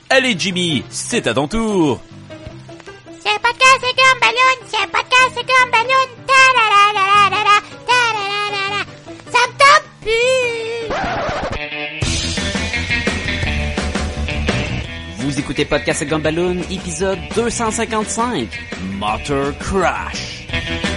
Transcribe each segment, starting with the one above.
Allez Jimmy, c'est à ton tour. C'est un podcast, c'est Gumballoon, c'est un podcast, c'est Gumballoon, ta-la-la-la-la-la, ta-la-la-la-la, ça me tente plus. Vous écoutez Podcast Gumballoon, épisode 255, Motor Crash.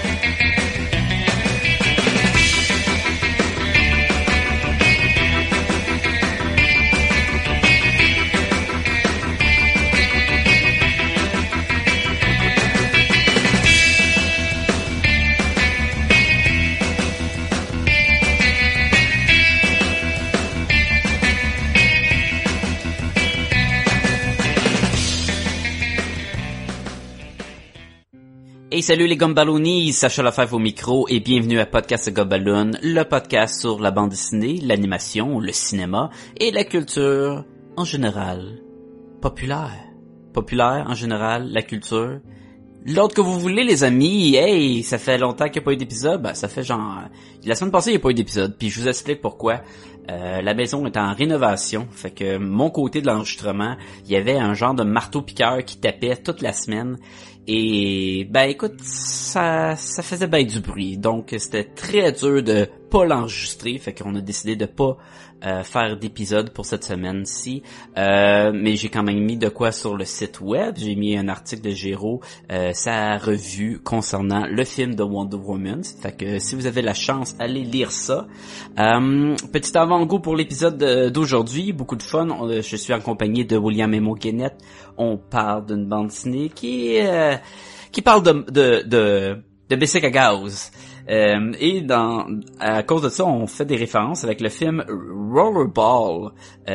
Hey salut les Gumballoonies, Sacha Lefebvre au micro et bienvenue à Podcast Gumballoon, le podcast sur la bande dessinée, l'animation, le cinéma et la culture en général. Populaire en général, la culture. L'autre que vous voulez les amis, hey, ça fait longtemps qu'il n'y a pas eu d'épisode, ben ça fait genre... La semaine passée il n'y a pas eu d'épisode, puis je vous explique pourquoi. La maison est en rénovation, fait que mon côté de l'enregistrement, il y avait un genre de marteau-piqueur qui tapait toute la semaine. Et ben écoute, ça faisait bien du bruit, donc c'était très dur de pas l'enregistrer, fait qu'on a décidé de pas faire d'épisode pour cette semaine-ci, mais j'ai quand même mis de quoi sur le site web. J'ai mis un article de Géraud, sa revue concernant le film de Wonder Woman, fait que si vous avez la chance, allez lire ça. Petit avant-goût pour l'épisode d'aujourd'hui, beaucoup de fun. Je suis en compagnie de William et Guénette. On parle d'une bande dessinée qui parle de bicycle à gaz. Et à cause de ça, on fait des références avec le film Rollerball.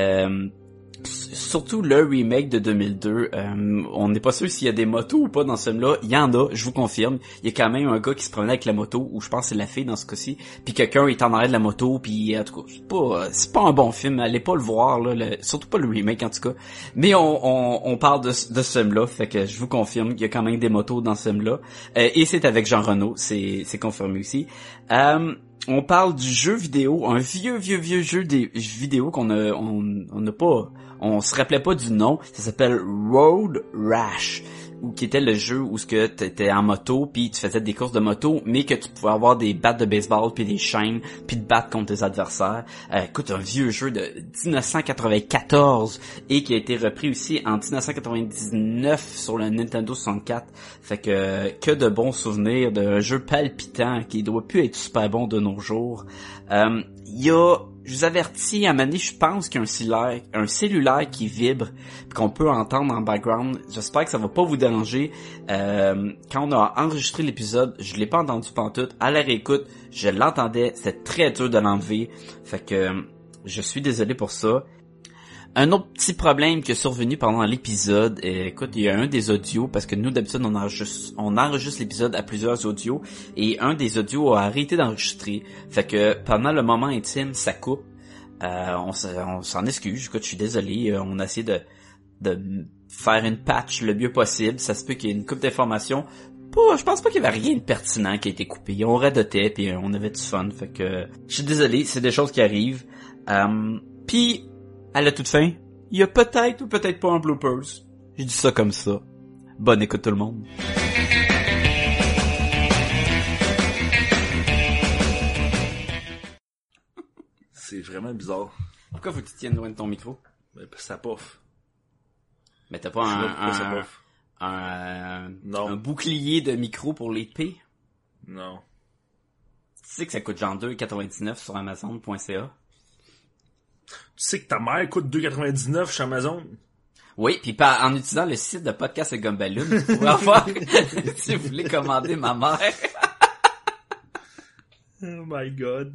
Surtout le remake de 2002. On n'est pas sûr s'il y a des motos ou pas dans ce film-là. Il y en a, je vous confirme. Il y a quand même un gars qui se promenait avec la moto, ou je pense que c'est la fille dans ce cas-ci. Puis quelqu'un est en arrêt de la moto, puis en tout cas, c'est pas un bon film. Allez pas le voir, là, surtout pas le remake en tout cas. Mais on parle de ce film-là, fait que je vous confirme qu'il y a quand même des motos dans ce film-là. Et c'est avec Jean Renaud, c'est confirmé aussi. On parle du jeu vidéo, un vieux jeu vidéo on se rappelait pas du nom, ça s'appelle Road Rash, ou qui était le jeu où ce que t'étais en moto puis tu faisais des courses de moto, mais que tu pouvais avoir des battes de baseball puis des chaînes puis te battre contre tes adversaires. Écoute, un vieux jeu de 1994 et qui a été repris aussi en 1999 sur le Nintendo 64. Fait que de bons souvenirs d'un jeu palpitant qui doit plus être super bon de nos jours. Je vous avertis, à un moment donné, je pense qu'il y a un cellulaire qui vibre, pis qu'on peut entendre en background. J'espère que ça va pas vous déranger. Quand on a enregistré l'épisode, je l'ai pas entendu pantoute. À la réécoute, je l'entendais, c'était très dur de l'enlever. Fait que je suis désolé pour ça. Un autre petit problème qui est survenu pendant l'épisode, écoute, il y a un des audios, parce que nous d'habitude on enregistre l'épisode à plusieurs audios, et un des audios a arrêté d'enregistrer, fait que pendant le moment intime, ça coupe. On s'en excuse, écoute, je suis désolé, on a essayé de faire une patch le mieux possible, ça se peut qu'il y ait une coupe d'informations. Je pense pas qu'il y avait rien de pertinent qui a été coupé, on radotait puis on avait du fun, fait que je suis désolé, c'est des choses qui arrivent. Puis à la toute fin, il y a peut-être ou peut-être pas un bloopers. J'ai dit ça comme ça. Bonne écoute tout le monde. C'est vraiment bizarre. Pourquoi faut que tu tiennes loin de ton micro? Mais ça poffe. Mais t'as pas un bouclier de micro pour l'épée? Non. Tu sais que ça coûte genre 2,99 sur Amazon.ca? Tu sais que ta mère coûte 2,99 chez Amazon? Oui, puis en utilisant le site de Podcast Gumballoon, vous pouvez avoir, si vous voulez commander ma mère. Oh my god.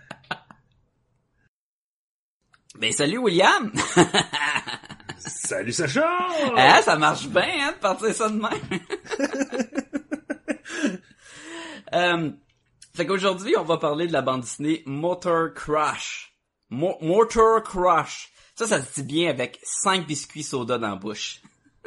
Ben salut William! Salut Sacha! Ah, ça marche bien, hein, de partir ça de même. Fait qu'aujourd'hui, on va parler de la bande dessinée Motor Crash. Motor Crash. Ça se dit bien avec 5 biscuits soda dans la bouche.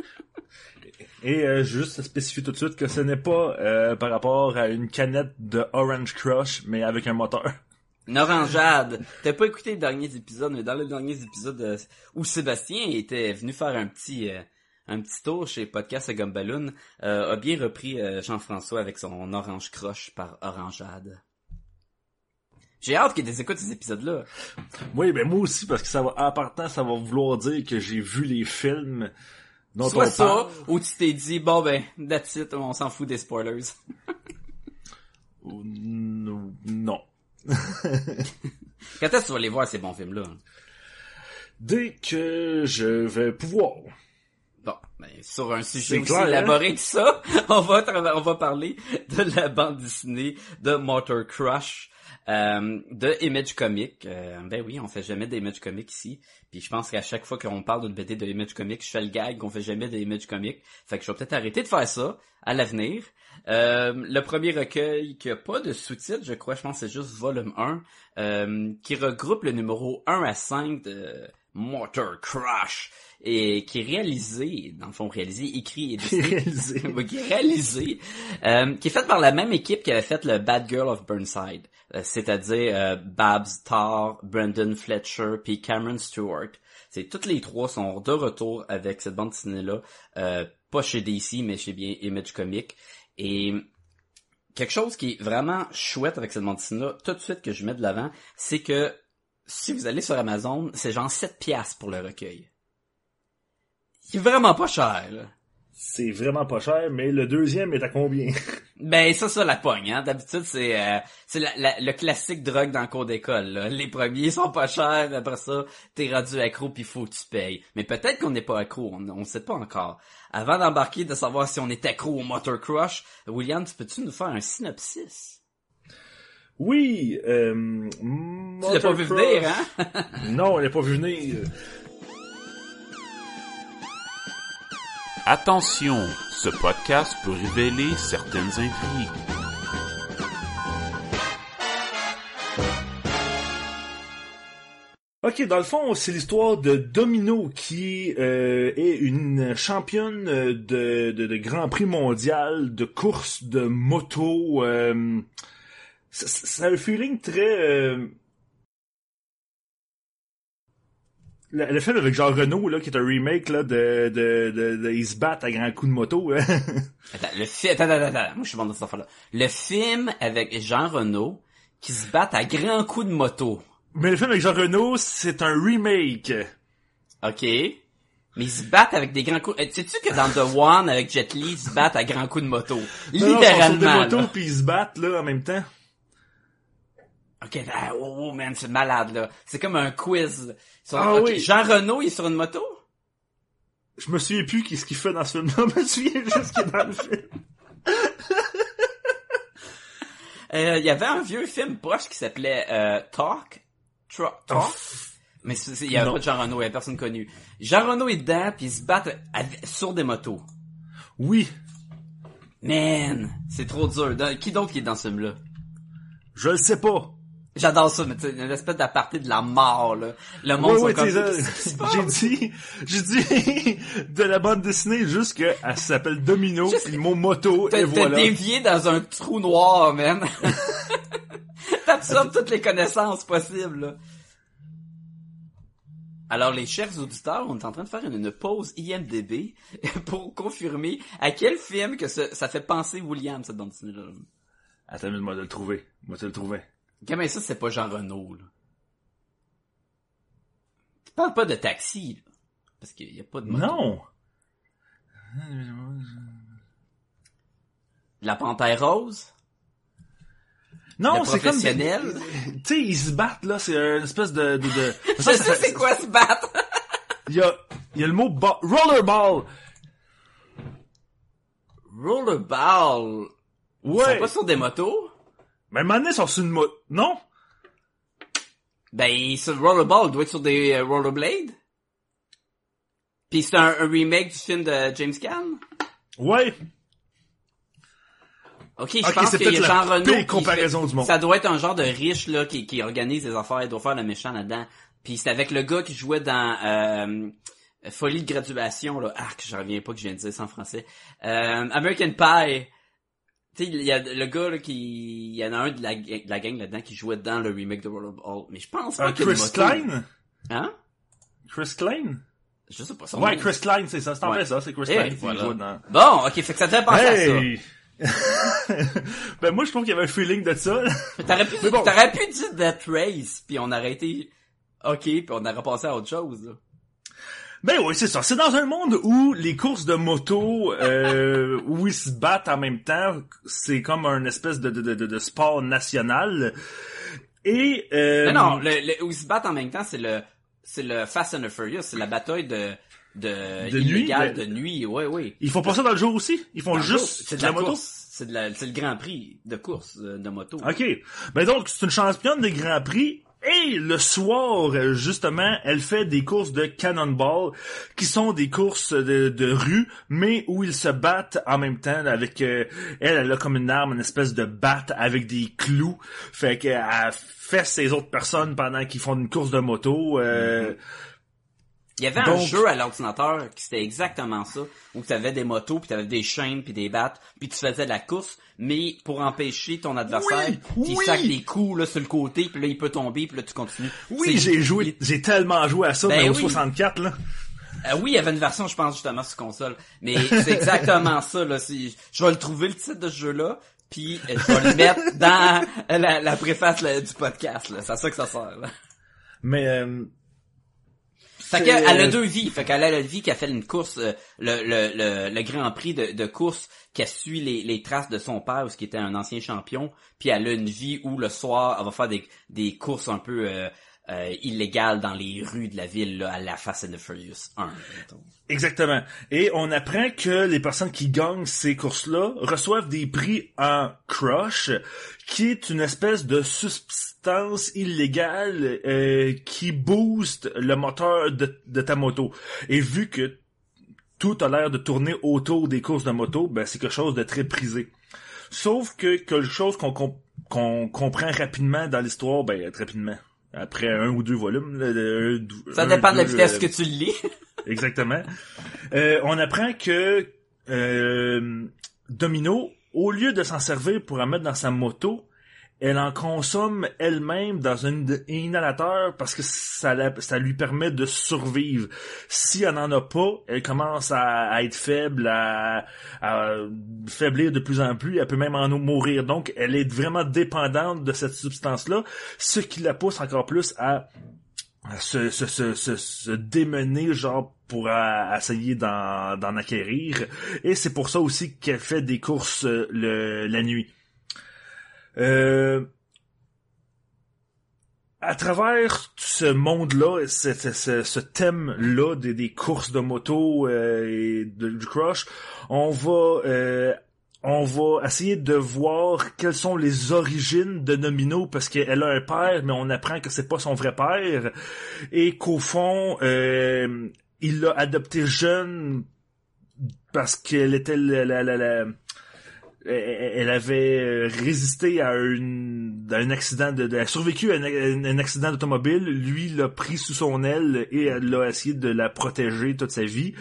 Et juste spécifier tout de suite que ce n'est pas par rapport à une canette de Orange Crush, mais avec un moteur. Une orangeade. T'as pas écouté les derniers épisodes, mais dans les derniers épisodes où Sébastien était venu faire un petit tour chez Podcast et Gumballoon, a bien repris Jean-François avec son orange croche par orangeade. J'ai hâte qu'il écoute ces épisodes-là. Oui, ben moi aussi, parce que ça va, en partant, ça va vouloir dire que j'ai vu les films dont Soit on ça, parle. ou tu t'es dit, bon ben, that's it, on s'en fout des spoilers. Non. Quand est-ce que tu vas aller voir ces bons films-là? Dès que je vais pouvoir. Bon, ben, sur un sujet C'est aussi clair, élaboré que ça, on va parler de la bande dessinée de Motor Crush, de Image Comics. Ben oui, on fait jamais d'Image Comics ici. Puis je pense qu'à chaque fois qu'on parle d'une BD de Image Comics, je fais le gag qu'on fait jamais d'Image Comics. Fait que je vais peut-être arrêter de faire ça à l'avenir. Le premier recueil qui a pas de sous-titres, je crois, je pense que c'est juste volume 1, qui regroupe le numéro 1 à 5 de Motor Crush, et qui est réalisé, dans le fond écrit et dessiné, qui est réalisé, qui est fait par la même équipe qui avait fait le Bad Girl of Burnside, c'est-à-dire Babs Tarr, Brendan Fletcher, puis Cameron Stewart. Toutes les trois sont de retour avec cette bande dessinée-là, pas chez DC, mais chez bien Image Comics. Et quelque chose qui est vraiment chouette avec cette bande dessinée-là, tout de suite que je mets de l'avant, c'est que si vous allez sur Amazon, c'est genre 7$ pour le recueil. C'est vraiment pas cher, là. C'est vraiment pas cher, mais le deuxième est à combien? Ben, ça, la pogne, hein. D'habitude, c'est le classique drogue dans le cours d'école, là. Les premiers sont pas chers, après ça, t'es rendu accro pis faut que tu payes. Mais peut-être qu'on n'est pas accro, on sait pas encore. Avant d'embarquer, de savoir si on est accro au Motor Crush, William, peux-tu nous faire un synopsis? Oui, Tu l'as pas vu venir, hein? Non, on l'a pas vu venir. Attention, ce podcast peut révéler certaines intrigues. Ok, dans le fond, c'est l'histoire de Domino qui est une championne de Grand Prix mondial, de course de moto. Ça a un feeling très... Le film avec Jean Reno, là, qui est un remake là de Ils se battent à grands coups de moto. Hein. Attends. Moi, je suis bon dans cette affaire-là. Le film avec Jean Reno qui se battent à grands coups de moto. Mais le film avec Jean Reno, c'est un remake. OK. Mais ils se battent avec des grands coups... Sais-tu que dans The One, avec Jet Li, ils se battent à grands coups de moto? Littéralement. Littéralement. Ils sont sur des motos, puis ils se battent, là, en même temps. OK, oh man, c'est malade, là. C'est comme un quiz. Oui. Jean Reno, il est sur une moto? Je me souviens plus ce qu'il fait dans ce film-là. Je me souviens juste qu'il est dans le film. Il y avait un vieux film proche qui s'appelait Talk. Mais il y avait pas de Jean Reno, il y avait personne connu. Jean Reno est dedans, puis ils se battent sur des motos. Oui. Man, c'est trop dur. Qui d'autre qui est dans ce film-là? Je le sais pas. J'adore ça, mais tu sais, une espèce d'aparté de la mort, là. Le monde sont comme... J'ai dit de la bande dessinée juste que elle s'appelle Domino, puis le mot moto, et voilà. T'as dévié dans un trou noir, man. T'absorbes toutes les connaissances possibles, là. Alors, les chers auditeurs, on est en train de faire une pause IMDb pour confirmer à quel film que ça fait penser William, cette bande dessinée-là. Attends, moi de le trouver. Moi, tu le trouvais. Comment ça, c'est pas Jean Reno, là? Tu parles pas de Taxi, là. Parce qu'il y a pas de moto. Non! La Panthère Rose? Non, le c'est comme... professionnel? Tu sais, ils se battent, là, c'est une espèce de... Je sais c'est quoi se battre? Il y a le mot rollerball. Rollerball? Ouais. Ils sont pas sur des motos? Mais maintenant, ils sont sur une moto. Non? Ben, sur Rollerball, il doit être sur des rollerblades. Pis c'est un remake du film de James Caan? Ouais. Ok, je pense c'est qu'il y a peut-être Jean la Reno pire comparaison du monde. Ça doit être un genre de riche, là, qui organise les affaires, il doit faire le méchant là-dedans. Puis c'est avec le gars qui jouait dans Folie de graduation, là. Ah, que je reviens pas que je viens de dire ça en français. American Pie. Tu sais, il y a le gars là il y en a un de la gang là-dedans qui jouait dans le remake de World of All, mais je pense pas que Chris Klein? Hein? Chris Klein? Je sais pas ça. Ouais, Chris Klein, c'est ça. C'est en vrai ça, c'est Chris Klein qui voilà. joue dans... Bon, ok, fait que ça te fait penser à ça. Ben moi je trouve qu'il y avait un feeling de ça. T'aurais pu dire Death Race, puis on aurait été ok, puis on aurait passé à autre chose, là. Ben oui, c'est ça. C'est dans un monde où les courses de moto, où ils se battent en même temps, c'est comme un espèce de sport national. Et Non, où ils se battent en même temps, c'est le Fast and the Furious, c'est la bataille de illégale de nuit, ouais. Ils font pas ça dans le jour aussi? Ils font juste c'est de la moto? C'est le Grand Prix de course de moto. OK. Ben donc, c'est une championne des Grands Prix. Et le soir, justement, elle fait des courses de cannonball, qui sont des courses de rue, mais où ils se battent en même temps avec... elle a comme une arme, une espèce de batte avec des clous. Fait qu'elle fait ses autres personnes pendant qu'ils font une course de moto. Il y avait un jeu à l'ordinateur qui c'était exactement ça, où tu avais des motos, puis tu avais des chaînes, puis des battes, puis tu faisais de la course, mais pour empêcher ton adversaire, tu sacs des coups là sur le côté, puis là il peut tomber, puis là tu continues. Oui, j'ai tellement joué à ça, mais au 64 là. Oui, il y avait une version, je pense, justement sur console, mais c'est exactement ça là. Je vais le trouver le titre de ce jeu-là, puis je vais le mettre dans la préface du podcast. Là. C'est à ça que ça sert. Là. Mais fait qu'elle a deux vies. Fait qu'elle a la vie qui a fait une course, le Grand Prix de course qui a suivi les traces de son père, qui était un ancien champion. Puis elle a une vie où le soir, elle va faire des courses un peu illégales dans les rues de la ville, là, à la Fast and the Furious 1. Exactement. Et on apprend que les personnes qui gagnent ces courses-là reçoivent des prix en crush, qui est une espèce de substance illégale qui booste le moteur de ta moto. Et vu que tout a l'air de tourner autour des courses de moto, ben c'est quelque chose de très prisé. Sauf que quelque chose qu'on comprend rapidement dans l'histoire, ben rapidement. Après un ou deux volumes. Ça dépend de la vitesse que tu le lis. Exactement. On apprend que Domino, au lieu de s'en servir pour en mettre dans sa moto, elle en consomme elle-même dans un inhalateur parce que ça lui permet de survivre. Si elle n'en a pas, elle commence à être faible, à faiblir de plus en plus, elle peut même en mourir. Donc, elle est vraiment dépendante de cette substance-là, ce qui la pousse encore plus à se démener, genre, pour essayer d'en acquérir. Et c'est pour ça aussi qu'elle fait des courses la nuit. À travers ce monde-là, ce thème-là des courses de moto et du crush, on va essayer de voir quelles sont les origines de Domino, parce qu'elle a un père, mais on apprend que c'est pas son vrai père, et qu'au fond, il l'a adopté jeune parce qu'elle était elle avait résisté à un accident elle a survécu à un accident d'automobile. Lui l'a pris sous son aile et elle a essayé de la protéger toute sa vie.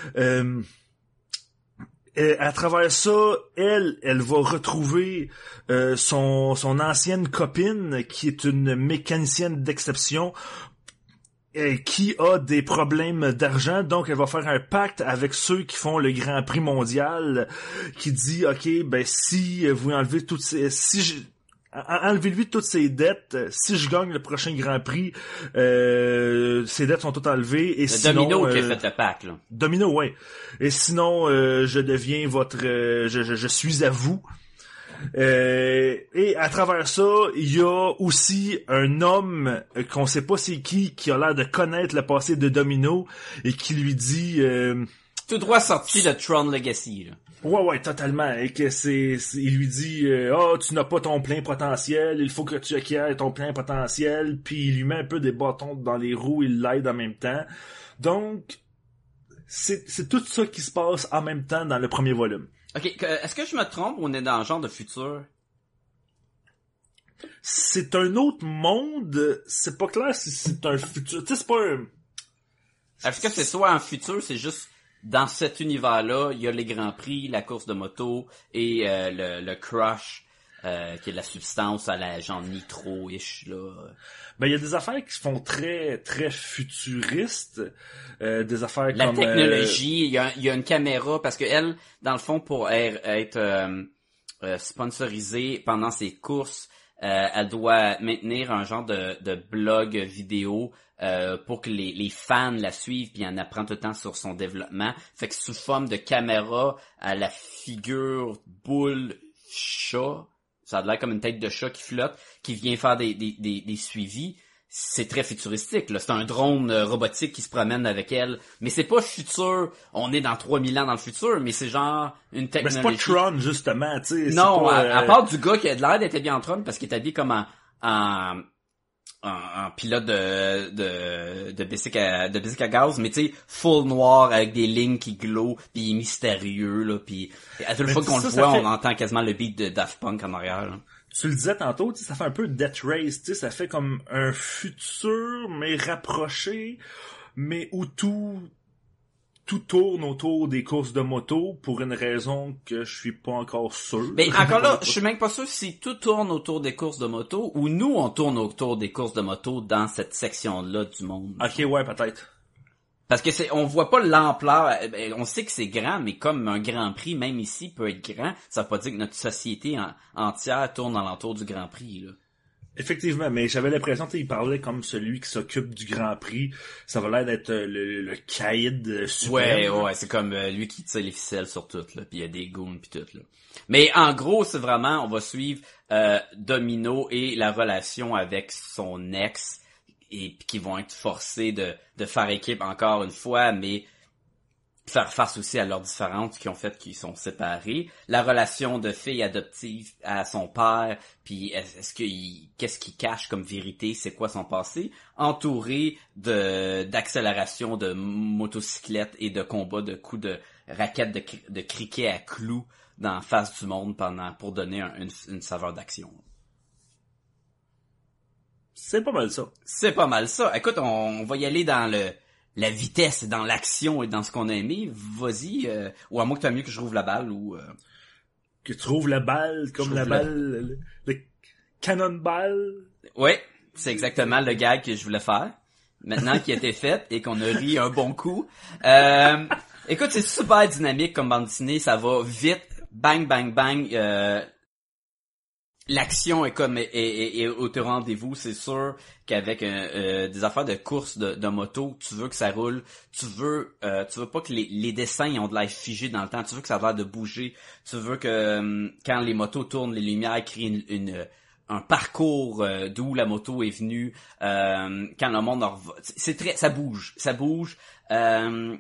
À travers ça, elle va retrouver son ancienne copine qui est une mécanicienne d'exception qui a des problèmes d'argent, donc elle va faire un pacte avec ceux qui font le Grand Prix mondial, qui dit ok, ben si vous enlevez enlevez-lui toutes ses dettes, si je gagne le prochain Grand Prix, ses dettes sont toutes enlevées, et sinon Domino qui a fait le pacte là. Domino, ouais. Et sinon je deviens votre je suis à vous. Et à travers ça, il y a aussi un homme qu'on sait pas c'est qui a l'air de connaître le passé de Domino et qui lui dit tout droit sorti de Tron Legacy là. Ouais, totalement. Et que il lui dit tu n'as pas ton plein potentiel, il faut que tu acquières ton plein potentiel, puis il lui met un peu des bâtons dans les roues, il l'aide en même temps. Donc c'est tout ça qui se passe en même temps dans le premier volume. Ok, est-ce que je me trompe ou on est dans le genre de futur? C'est un autre monde, c'est pas clair si c'est un futur, tu sais, c'est pas un... Est-ce que c'est soit un futur, c'est juste dans cet univers-là, il y a les Grands Prix, la course de moto et le crush, qui est de la substance à la genre nitro-ish, là. Ben, il y a des affaires qui se font très, très futuristes, des affaires La comme... technologie, il y a une caméra, parce que elle, dans le fond, pour être sponsorisée pendant ses courses, elle doit maintenir un genre de blog vidéo pour que les fans la suivent, puis en apprend tout le temps sur son développement. Fait que sous forme de caméra à la figure boule chat, ça a l'air comme une tête de chat qui flotte, qui vient faire des suivis. C'est très futuristique, là. C'est un drone robotique qui se promène avec elle. Mais c'est pas futur. On est dans 3000 ans dans le futur, mais c'est genre une technologie. Mais c'est pas Tron, justement, tu sais. Non, pas, à part du gars qui a de l'air d'être habillé en Tron parce qu'il est habillé comme en pilote de bicycle à gaz, mais tu sais, full noir avec des lignes qui glow, puis il est mystérieux, là, puis à toute fois qu'on le voit, on entend quasiment le beat de Daft Punk en arrière, là. Tu le disais tantôt, tu sais, ça fait un peu Death Race, tu sais, ça fait comme un futur, mais rapproché, mais où tout tourne autour des courses de moto pour une raison que je suis pas encore sûr. Mais encore là, je suis même pas sûr si tout tourne autour des courses de moto ou nous on tourne autour des courses de moto dans cette section-là du monde. Ok, ouais, peut-être. Parce que on voit pas l'ampleur, on sait que c'est grand, mais comme un Grand Prix, même ici, peut être grand, ça veut pas dire que notre société entière tourne alentour du Grand Prix, là. Effectivement, mais j'avais l'impression, tu sais, il parlait comme celui qui s'occupe du Grand Prix. Ça va l'air d'être le caïd suprême. Ouais, c'est comme lui qui tire les ficelles sur tout, là, puis il y a des goons puis tout, là. Mais en gros, c'est vraiment, on va suivre Domino et la relation avec son ex, et qui vont être forcés de faire équipe encore une fois, mais faire face aussi à leurs différences qui ont fait qu'ils sont séparés. La relation de fille adoptive à son père, puis qu'est-ce qu'il cache comme vérité, c'est quoi son passé, entouré d'accélération de motocyclettes et de combats de coups de raquettes de cricket à clous dans la face du monde pour donner une saveur d'action. C'est pas mal ça. C'est pas mal ça. Écoute, on va y aller dans la vitesse, dans l'action et dans ce qu'on a aimé. Vas-y, ou à moins que t'as mieux que je rouvre la balle ou... Que tu trouves la balle comme la balle, le cannonball. Ouais, c'est exactement le gag que je voulais faire. Maintenant qu'il a été fait et qu'on a ri un bon coup. Écoute, c'est super dynamique comme bande dessinée, ça va vite, bang, bang, bang. L'action est comme est au rendez-vous, c'est sûr qu'avec des affaires de course de moto, tu veux que ça roule, tu veux pas que les dessins ont de l'air figé dans le temps, tu veux que ça a l'air de bouger, tu veux que quand les motos tournent, les lumières créent un parcours d'où la moto est venue, quand le monde ça bouge. Le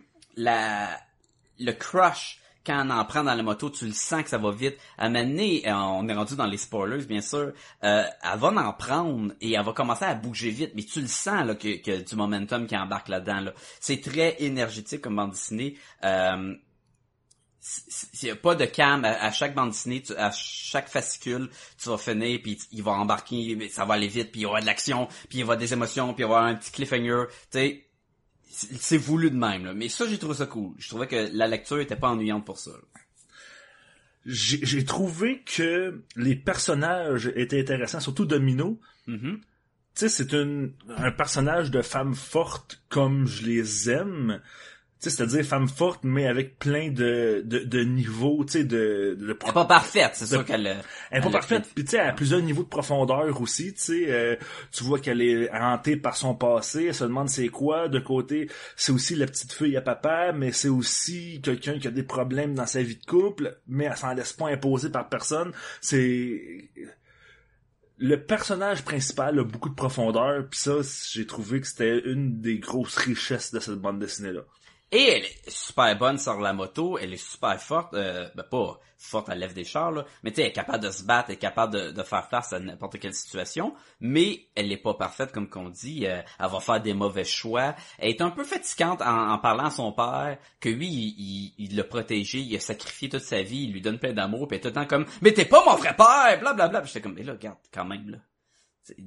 crush, quand on en prend dans la moto, tu le sens que ça va vite. À un moment donné, on est rendu dans les spoilers, bien sûr, elle va en prendre et elle va commencer à bouger vite, mais tu le sens là que y a du momentum qui embarque là-dedans. Là. C'est très énergétique comme bande dessinée. Il y a pas de calme à chaque bande dessinée, à chaque fascicule, tu vas finir, puis il va embarquer, ça va aller vite, puis il y aura de l'action, puis il y aura des émotions, puis il y aura un petit cliffhanger, tu sais. C'est voulu de même, là. Mais ça, j'ai trouvé ça cool. Je trouvais que la lecture était pas ennuyante pour ça. Là. J'ai trouvé que les personnages étaient intéressants, surtout Domino. Mm-hmm. Tu sais, c'est un personnage de femme forte comme je les aime. Tu sais, c'est-à-dire femme forte, mais avec plein de niveaux, tu sais, elle est pas parfaite, c'est sûr qu'elle... Elle est pas parfaite, puis tu sais, elle a plusieurs niveaux de profondeur aussi, tu sais, tu vois qu'elle est hantée par son passé, elle se demande c'est quoi, de côté, c'est aussi la petite fille à papa, mais c'est aussi quelqu'un qui a des problèmes dans sa vie de couple, mais elle s'en laisse pas imposer par personne, c'est... Le personnage principal a beaucoup de profondeur, puis ça, j'ai trouvé que c'était une des grosses richesses de cette bande dessinée-là. Et elle est super bonne sur la moto, elle est super forte, pas forte, elle lève des chars, là, mais tu sais, elle est capable de se battre, elle est capable de faire face à n'importe quelle situation, mais elle est pas parfaite, comme qu'on dit, elle va faire des mauvais choix, elle est un peu fatigante en parlant à son père, que lui, il l'a protégé, il a sacrifié toute sa vie, il lui donne plein d'amour, pis elle est tout le temps comme, mais t'es pas mon vrai père, blablabla, pis j'étais comme, mais là, regarde, quand même, là.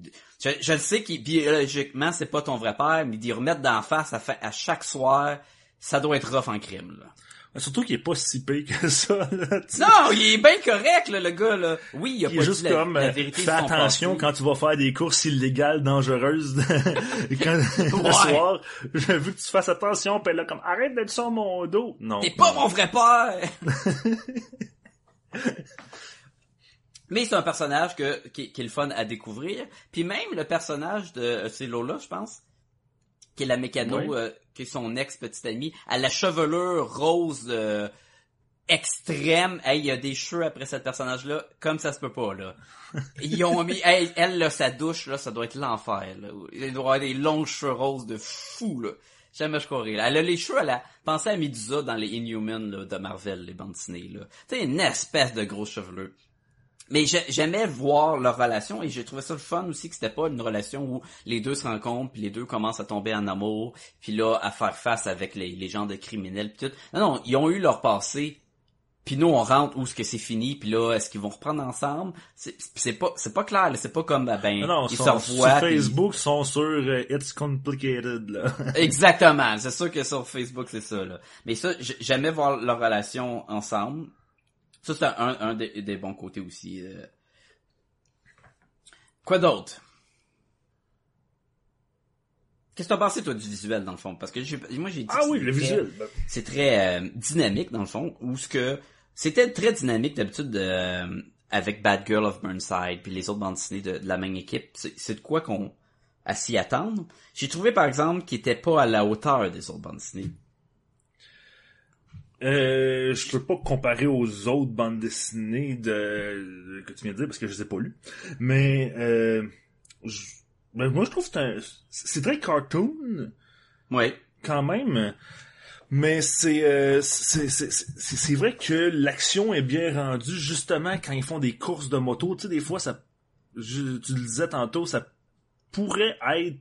Je le sais qu'il, biologiquement, c'est pas ton vrai père, mais d'y remettre d'en face à chaque soir, ça doit être rough en crime, là. Surtout qu'il est pas si pire que ça, là. T'sais. Non, il est bien correct, là, le gars, là. Oui, il a Il pas est juste dit comme, la vérité. fais attention quand tu vas faire des courses illégales, dangereuses, le soir. J'ai vu que tu fasses attention, pis là, comme, arrête d'être sur mon dos. Non. T'es pas mon vrai père! Mais c'est un personnage qui est le fun à découvrir. Puis même le personnage de, c'est Lola, je pense, qui est la mécano, oui. Qui est son ex-petite amie, à la chevelure rose extrême. Hey, il y a des cheveux après ce personnage-là, comme ça se peut pas, là. Ils ont mis, hey, elle, là, sa douche, là, ça doit être l'enfer, là. Il doit avoir des longs cheveux roses de fou, là. Jamais je croirais, là. Elle a les cheveux, elle a pensé à Medusa dans les Inhumans, là, de Marvel, les bandes dessinées, là. Tu sais, une espèce de gros chevelure. Mais j'aimais voir leur relation et j'ai trouvé ça le fun aussi que c'était pas une relation où les deux se rencontrent puis les deux commencent à tomber en amour puis là à faire face avec les gens de criminels pis tout. Non, ils ont eu leur passé puis nous on rentre où est-ce que c'est fini puis là est-ce qu'ils vont reprendre ensemble? C'est pas clair, là. C'est pas comme non, ils se revoient. Sur Facebook, ils sont sur It's Complicated là. Exactement, c'est sûr que sur Facebook c'est ça là. Mais ça j'aimais voir leur relation ensemble. Ça, c'est un des bons côtés aussi. Quoi d'autre? Qu'est-ce que t'as pensé, toi, du visuel, dans le fond? Parce que moi, j'ai dit ah oui, le visuel. C'est très dynamique, dans le fond, où c'était très dynamique, d'habitude, avec Bad Girl of Burnside, puis les autres bandes dessinées de la même équipe. C'est de quoi qu'on à s'y attendre. J'ai trouvé, par exemple, qu'il était pas à la hauteur des autres bandes dessinées. Je peux pas comparer aux autres bandes dessinées que tu viens de dire parce que je les ai pas lues. Mais moi je trouve que c'est très cartoon. Ouais. Quand même. Mais c'est vrai que l'action est bien rendue justement quand ils font des courses de moto. Tu sais, des fois tu le disais tantôt, ça pourrait être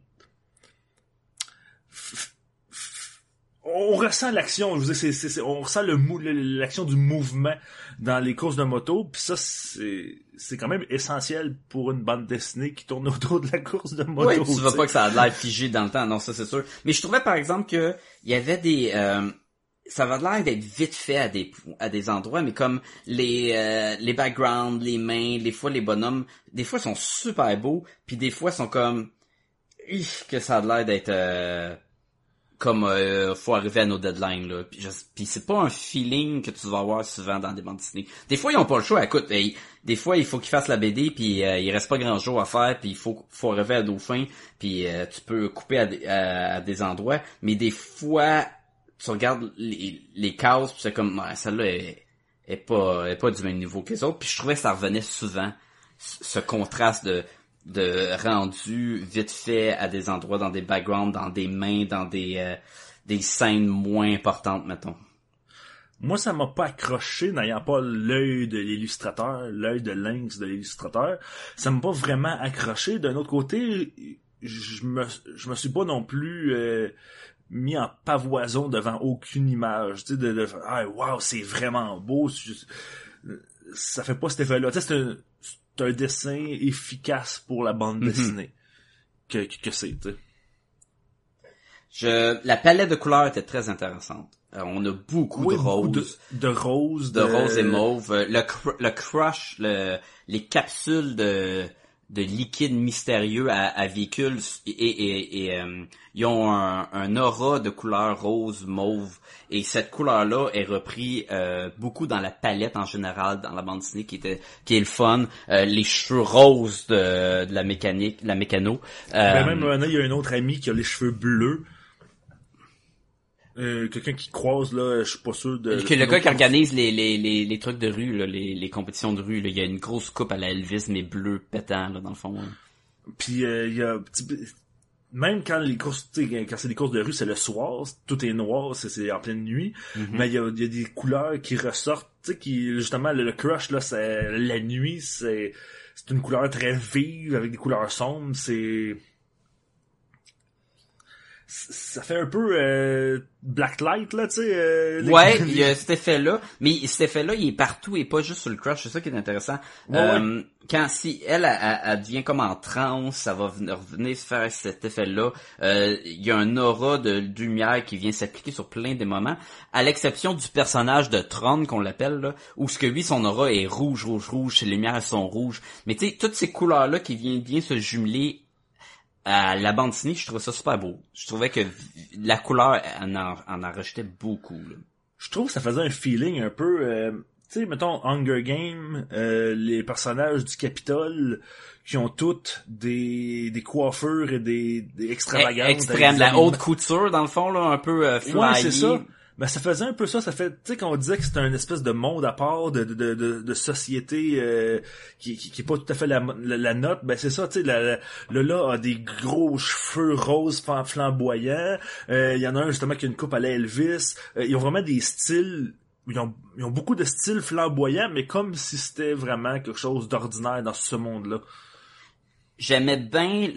on ressent l'action, je veux dire, on ressent l'action du mouvement dans les courses de moto, puis ça c'est quand même essentiel pour une bande dessinée qui tourne autour de la course de moto. Oui, tu veux pas que ça a l'air figé dans le temps, non, ça c'est sûr. Mais je trouvais par exemple que il y avait des ça avait l'air d'être vite fait à des endroits, mais comme les backgrounds, les mains, des fois les bonhommes, des fois sont super beaux, puis des fois sont comme que ça a l'air d'être comme faut arriver à nos deadlines là, puis c'est pas un feeling que tu vas avoir souvent dans des bandes dessinées. Des fois ils ont pas le choix, écoute, des fois il faut qu'ils fassent la BD puis il reste pas grand chose à faire puis il faut arriver à nos fins puis tu peux couper à des endroits, mais des fois tu regardes les cases puis c'est comme ouais, celle-là est pas du même niveau que les autres, puis je trouvais que ça revenait souvent ce contraste de rendu vite fait à des endroits, dans des backgrounds, dans des mains, dans des scènes moins importantes, mettons. Moi, ça m'a pas accroché, n'ayant pas l'œil de l'illustrateur, l'œil de lynx de l'illustrateur. Ça m'a pas vraiment accroché. D'un autre côté, je me suis pas non plus mis en pavoison devant aucune image. Tu sais, ah, wow, c'est vraiment beau. Ça fait pas cet effet-là. Tu sais, c'est un dessin efficace pour la bande dessinée que c'est, tu sais. La palette de couleurs était très intéressante. On a beaucoup de roses. De roses. De roses et mauves. Le crush, les capsules de liquide mystérieux à véhicules et ils ont un aura de couleur rose, mauve, et cette couleur-là est repris beaucoup dans la palette en général dans la bande dessinée qui est le fun. Les cheveux roses de la mécano. Même il y a un autre ami qui a les cheveux bleus. Quelqu'un qui croise là, je suis pas sûr de. Le gars qui organise les trucs de rue là, les compétitions de rue là, il y a une grosse coupe à la Elvis mais bleu pétant là dans le fond. Hein. Puis il y a même quand les courses, quand c'est des courses de rue, c'est le soir, tout est noir, c'est en pleine nuit, mais il y a des couleurs qui ressortent, tu sais, qui justement le crush là, c'est la nuit, c'est une couleur très vive avec des couleurs sombres, ça fait un peu blacklight là, tu sais. Ouais, il y a cet effet-là, mais cet effet-là, il est partout et pas juste sur le crush, c'est ça qui est intéressant. Ouais. Quand si elle devient comme en transe, ça va revenir faire cet effet-là. Il y a un aura de lumière qui vient s'appliquer sur plein des moments, à l'exception du personnage de Tron qu'on l'appelle là, où ce que lui son aura est rouge, ses lumières sont rouges. Mais tu sais, toutes ces couleurs-là qui viennent bien se jumeler à la bande dessinée, je trouvais ça super beau. Je trouvais que la couleur en rajoutait beaucoup. Là. Je trouve que ça faisait un feeling un peu... tu sais, mettons, Hunger Games, les personnages du Capitole qui ont toutes des coiffures et des extravagantes. Extrême, la haute couture, dans le fond, là, un peu flyée. Ouais, c'est ça. Ben, ça faisait un peu ça. Ça fait, tu sais, quand on disait que c'était une espèce de monde à part, de société qui est pas tout à fait la note, ben c'est ça, tu sais, Lola a des gros cheveux roses flamboyants. Il y en a un, justement, qui a une coupe à la Elvis. Ils ont vraiment des styles... Ils ont beaucoup de styles flamboyants, mais comme si c'était vraiment quelque chose d'ordinaire dans ce monde-là. J'aimais bien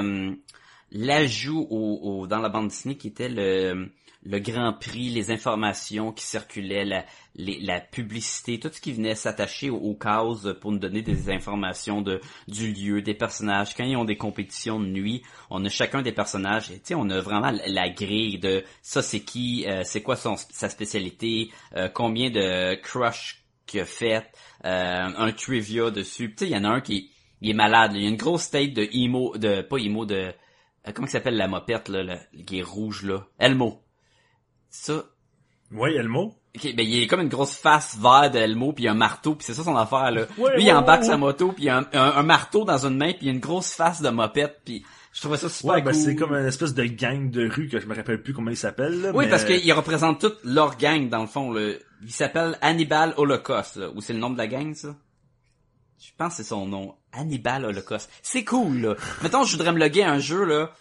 l'ajout dans la bande dessinée qui était le Grand Prix, les informations qui circulaient, la publicité, tout ce qui venait s'attacher aux causes pour nous donner des informations du lieu, des personnages. Quand ils ont des compétitions de nuit, on a chacun des personnages, tu sais, on a vraiment la grille de ça c'est qui, c'est quoi sa spécialité, combien de crush qu'il a fait, un trivia dessus. Tu sais, il y en a un qui est malade, il y a une grosse tête de emo, comment ça s'appelle la mopette là, qui est rouge là, Elmo. Ça. Ouais, Elmo. Ok, ben il est comme une grosse face verte d'Elmo puis un marteau puis c'est ça son affaire là. Ouais, lui il embarque sa moto puis il a un marteau dans une main puis il a une grosse face de mopette puis je trouvais ça super cool. Ben c'est comme une espèce de gang de rue que je me rappelle plus comment il s'appelle là. Oui, mais... parce qu'ils représentent toute leur gang dans le fond là. Il s'appelle Hannibal Holocaust là, ou c'est le nom de la gang ça. Je pense que c'est son nom, Hannibal Holocaust. C'est cool là. Mettons je voudrais me loguer à un jeu là.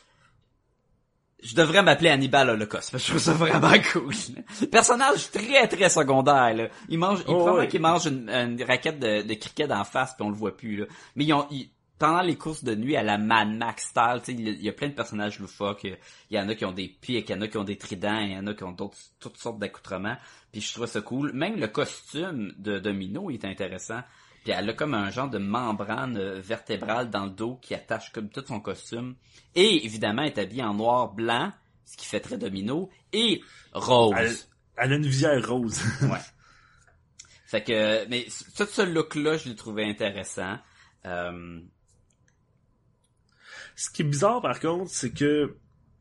Je devrais m'appeler Hannibal Holocaust, parce que je trouve ça vraiment cool. Personnage très très secondaire, là. Il mange une raquette de cricket d'en face, puis on le voit plus, là. Mais pendant les courses de nuit à la Mad Max style, tu sais, il y a plein de personnages loufoques. Il y en a qui ont des pics, il y en a qui ont des tridents, il y en a qui ont toutes sortes d'accoutrements. Puis je trouve ça cool. Même le costume de Domino est intéressant. Puis elle a comme un genre de membrane vertébrale dans le dos qui attache comme tout son costume. Et évidemment, elle est habillée en noir-blanc, ce qui fait très Domino, et rose. Elle a une visière rose. Ouais. Fait que, mais tout ce look-là, je l'ai trouvé intéressant. Ce qui est bizarre, par contre, c'est que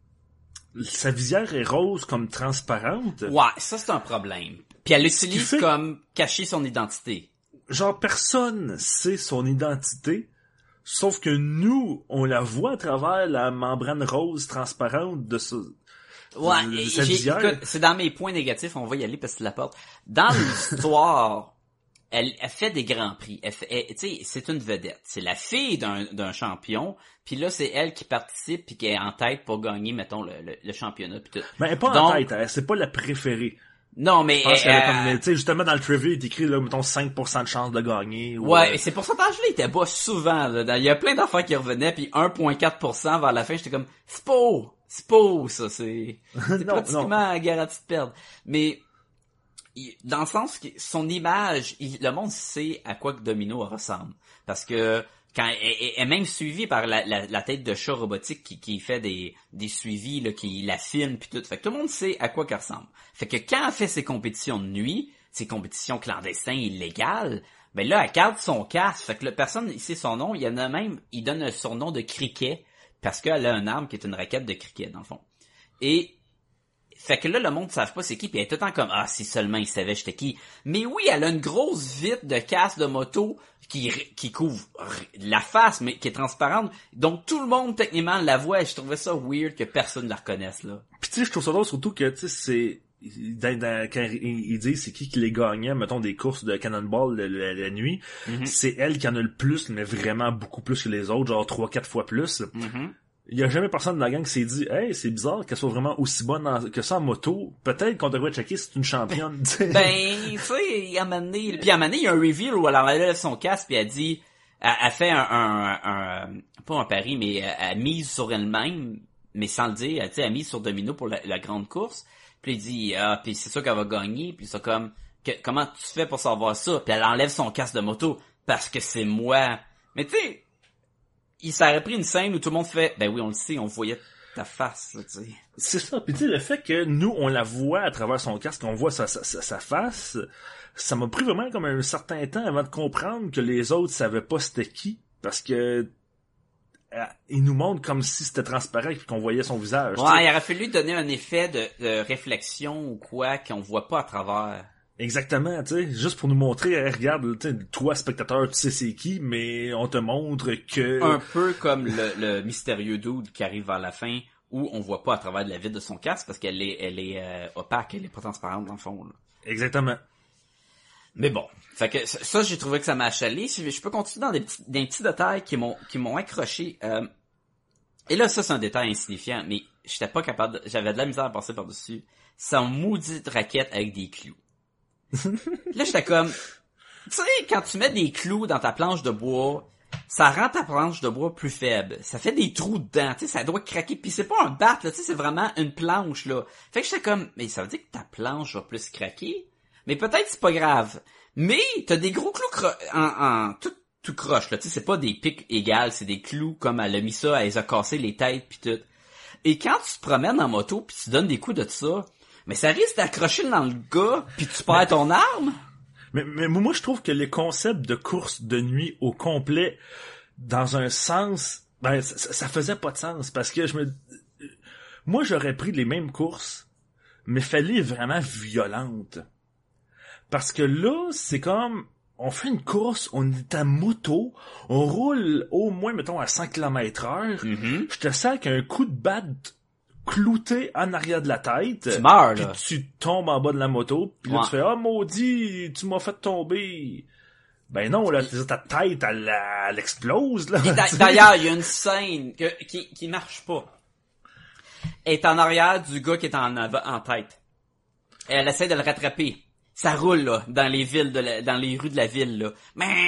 sa visière est rose comme transparente. Ouais, ça c'est un problème. Puis elle l'utilise comme cacher son identité. Genre, personne sait son identité, sauf que nous, on la voit à travers la membrane rose transparente de sa visière. Écoute, c'est dans mes points négatifs, on va y aller parce que tu la portes. Dans l'histoire, elle fait des grands prix. Tu sais, c'est une vedette. C'est la fille d'un champion, puis là, c'est elle qui participe puis qui est en tête pour gagner, mettons, le championnat. Puis tout. Mais elle est pas en tête, c'est pas la préférée. Non, mais... Je pense qu'elle a comme, tu sais, justement, dans le trivia, il est écrit, là, mettons, 5% de chance de gagner. Ouais, c'est pour ça que il était bas souvent, là. Il y a plein d'affaires qui revenaient, puis 1,4% vers la fin, j'étais comme, c'est pas, ça, c'est pratiquement garanti de perdre. Mais, dans le sens que son image, le monde sait à quoi que Domino ressemble. Parce que, quand elle est même suivie par la tête de chat robotique qui fait des suivis, là, qui la filme puis tout. Fait que tout le monde sait à quoi qu'elle ressemble. Fait que quand elle fait ses compétitions de nuit, ses compétitions clandestines illégales, ben là, elle garde son casque. Fait que la personne, il sait son nom, il y en a même, il donne un surnom de cricket parce qu'elle a une arme qui est une raquette de cricket, dans le fond. Et fait que là, le monde ne savent pas c'est qui, puis elle est tout le temps comme, si seulement ils savaient j'étais qui. Mais oui, elle a une grosse vitre de casque de moto qui couvre la face, mais qui est transparente. Donc tout le monde, techniquement, la voit, et je trouvais ça weird que personne ne la reconnaisse, là. Puis tu sais, je trouve ça drôle, surtout que, tu sais, c'est... quand il dit c'est qui les gagnait, mettons, des courses de Cannonball la nuit, c'est elle qui en a le plus, mais vraiment beaucoup plus que les autres, genre 3-4 fois plus. Il y a jamais personne dans la gang qui s'est dit, hey, c'est bizarre qu'elle soit vraiment aussi bonne que ça en moto. Peut-être qu'on devrait checker si c'est une championne. Ben, tu sais, il y a un moment donné, il y a un reveal où elle enlève son casque puis elle dit, elle fait pas un pari, mais elle mise sur elle-même. mais sans le dire, tu sais, elle a mis sur domino pour la grande course. Puis il dit, puis c'est sûr qu'elle va gagner. Puis c'est comme, comment tu fais pour savoir ça? Puis elle enlève son casque de moto, parce que c'est moi. Mais tu sais, il s'aurait pris une scène où tout le monde fait, ben oui, on le sait, on voyait ta face, tu sais. C'est ça. Puis tu sais, le fait que nous, on la voit à travers son casque, on voit sa face, ça m'a pris vraiment comme un certain temps avant de comprendre que les autres savaient pas c'était qui. Parce que il nous montre comme si c'était transparent et qu'on voyait son visage. Ouais, t'sais. il aurait fallu donner un effet de réflexion ou quoi qu'on voit pas à travers. Exactement, tu sais, juste pour nous montrer, hey, regarde, tu sais, toi spectateur, tu sais c'est qui, mais on te montre que... Un peu comme le mystérieux dude qui arrive vers la fin, où on voit pas à travers de la vitre de son casque parce qu'elle est opaque, elle est pas transparente dans le fond. Là. Exactement. Mais bon, fait que ça j'ai trouvé que ça m'a achalé. Je peux continuer dans des petits détails qui m'ont accroché. Et là ça c'est un détail insignifiant, mais j'étais pas capable, j'avais de la misère à passer par-dessus. Son maudite raquette avec des clous. Là j'étais comme, tu sais quand tu mets des clous dans ta planche de bois, ça rend ta planche de bois plus faible. Ça fait des trous dedans, tu sais, ça doit craquer. Puis c'est pas un bat, là, tu sais, c'est vraiment une planche, là. Fait que j'étais comme, mais ça veut dire que ta planche va plus craquer? Mais peut-être c'est pas grave. Mais t'as des gros clous en tout croche, là, tu sais, c'est pas des pics égales, c'est des clous comme elle a mis ça, elle les a cassé les têtes pis tout. Et quand tu te promènes en moto pis tu donnes des coups de ça, mais ça risque d'accrocher dans le gars pis tu perds ton arme. Mais moi, je trouve que les concepts de course de nuit au complet, dans un sens, ben, ça faisait pas de sens, parce que moi, j'aurais pris les mêmes courses, mais fallait vraiment violentes. Parce que là, c'est comme, on fait une course, on est à moto, on roule au moins, mettons, à 100 km/h, je te sens qu'un coup de batte clouté en arrière de la tête. Tu meurs, là. Puis tu tombes en bas de la moto, puis là, Ouais. tu fais « Ah, maudit, tu m'as fait tomber! » Ben non, là, ta tête, elle explose, là. D'ailleurs, il y a une scène qui marche pas. Elle est en arrière du gars qui est en tête. Et elle essaie de le rattraper. Ça roule, là, dans les villes dans les rues de la ville, là.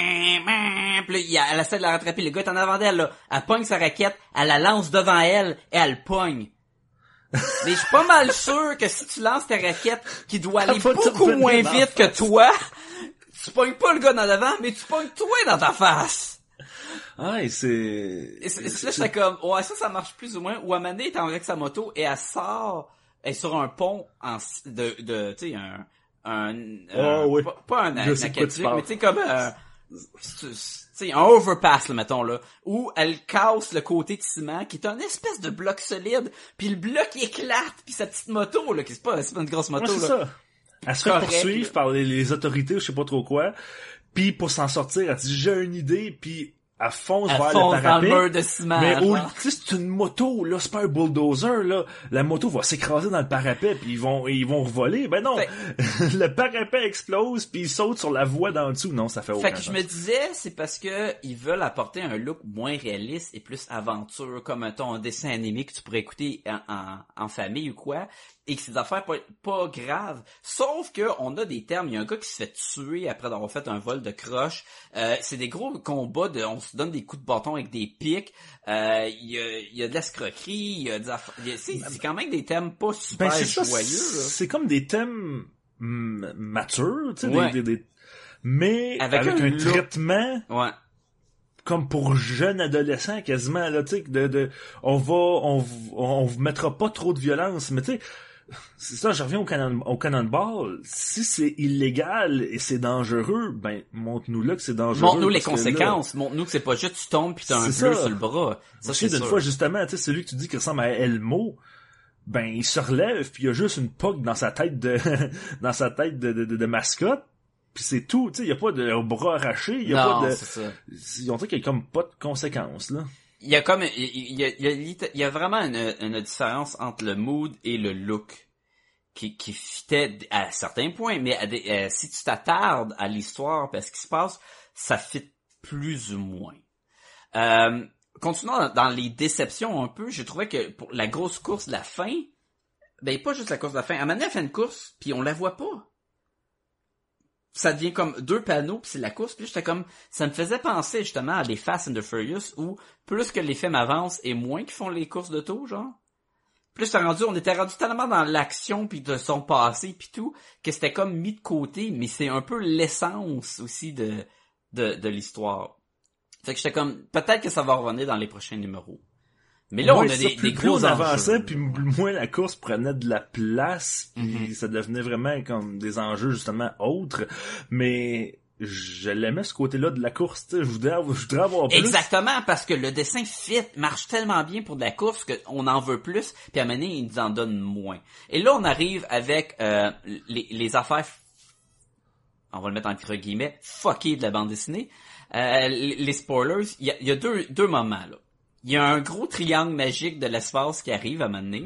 Puis là, elle essaie de la rattraper. Le gars est en avant d'elle, là. Elle pogne sa raquette, elle la lance devant elle, et elle pogne. Mais je suis pas mal sûr que si tu lances ta raquette, qui doit aller va te beaucoup revenir moins dans vite la que toi, tu pognes pas le gars dans l'avant, mais tu pognes toi dans ta face. Ah, et c'est... Et là, j'étais comme, ouais, ça marche plus ou moins. Ou Amanda est avec sa moto et elle sort, elle est sur un pont tu sais, oui. pas un Je sais de quoi tu aqueduc, parles. mais tu sais, comme, tu sais, un overpass, là, mettons, là, où elle casse le côté de ciment, qui est un espèce de bloc solide, puis le bloc éclate, puis sa petite moto, là, qui c'est pas une grosse moto, Ouais, c'est là. ça. Elle se fait Correct, poursuivre là. par les autorités ou je sais pas trop quoi. Puis pour s'en sortir, elle dit j'ai une idée, puis elle fonce Elle vers fonce le dans parapet. le mur de ciment. Mais genre. tu sais, c'est une moto, là, c'est pas un bulldozer, là. La moto va s'écraser dans le parapet, puis ils vont voler. Ben non, le parapet explose, puis ils sautent sur la voie d'en dessous. Non, ça fait aucun Fait que je sens. me disais, c'est parce que ils veulent apporter un look moins réaliste et plus aventure, comme un dessin animé que tu pourrais écouter en famille ou quoi, et que ces affaires pas graves. Sauf que on a des termes. Il y a un gars qui se fait tuer après avoir fait un vol de croche. C'est des gros combats on se donne des coups de bâton avec des pics. Il y a de l'escroquerie, il y a des affaires. C'est quand même des thèmes pas super Ben, c'est ça, joyeux, là. c'est comme des thèmes matures, tu sais, Ouais. mais avec un look. traitement Ouais. comme pour jeunes adolescents quasiment là, tu sais, on vous mettra pas trop de violence, mais tu sais, c'est ça, je reviens au cannonball. Si c'est illégal et c'est dangereux, ben montre-nous là que c'est dangereux. Montre-nous les parce que là, conséquences. Montre-nous que c'est pas juste tu tombes pis t'as un C'est bleu ça. sur le bras. Ça, je c'est sais d'une sûr. fois justement, tu sais, celui que tu dis qui ressemble à Elmo, ben il se relève puis il y a juste une poque dans sa tête de dans sa tête de mascotte. Puis c'est tout, tu sais, il y a pas de bras arrachés, il y a Non, pas de c'est ça. on dirait qu'il y a comme pas de conséquences là. Il y a comme, il y a vraiment une différence entre le mood et le look qui fitait à certains points, mais si tu t'attardes à l'histoire, parce qu'il se passe, ça fit plus ou moins. Continuons dans les déceptions un peu, j'ai trouvé que pour la grosse course de la fin, ben pas juste la course de la fin, à un moment donné, elle fait une course, puis on la voit pas. Ça devient comme 2 panneaux puis c'est la course, puis j'étais comme, ça me faisait penser justement à des Fast and the Furious où plus que les films avancent et moins qu'ils font les courses d'auto, genre. Plus on était rendu tellement dans l'action puis de son passé puis tout, que c'était comme mis de côté, mais c'est un peu l'essence aussi de l'histoire. Fait que j'étais comme, peut-être que ça va revenir dans les prochains numéros. Mais là, on a des gros on avançait, enjeux. puis moins la course prenait de la place, puis ça devenait vraiment comme des enjeux justement autres. Mais je l'aimais ce côté-là de la course, tu sais, je voudrais avoir plus. Exactement, parce que le dessin marche tellement bien pour de la course qu'on en veut plus, puis à un moment donné, il nous en donne moins. Et là, on arrive avec les affaires, on va le mettre entre guillemets, fuckées de la bande dessinée. Les spoilers, il y a deux moments, là. Il y a un gros triangle magique de l'espace qui arrive à un moment donné.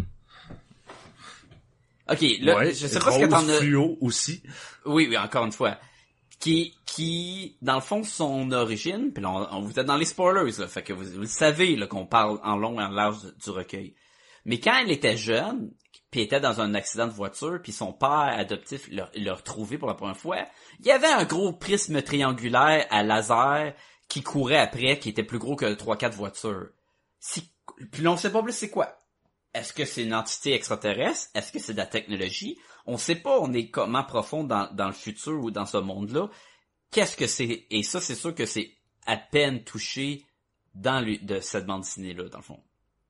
Ok, là, ouais, je sais pas ce que t'en as... fluo aussi. Oui, encore une fois. Qui, dans le fond, son origine, puis là, vous êtes dans les spoilers, là, fait que vous le savez, là, qu'on parle en long et en large du recueil. Mais quand elle était jeune, puis était dans un accident de voiture, puis son père adoptif l'a retrouvé pour la première fois, il y avait un gros prisme triangulaire à laser qui courait après, qui était plus gros que 3-4 voitures. Puis là, on sait pas plus c'est quoi. Est-ce que c'est une entité extraterrestre? Est-ce que c'est de la technologie? On sait pas, on est comment profond dans le futur ou dans ce monde-là. Qu'est-ce que c'est? Et ça, c'est sûr que c'est à peine touché de cette bande dessinée-là, dans le fond.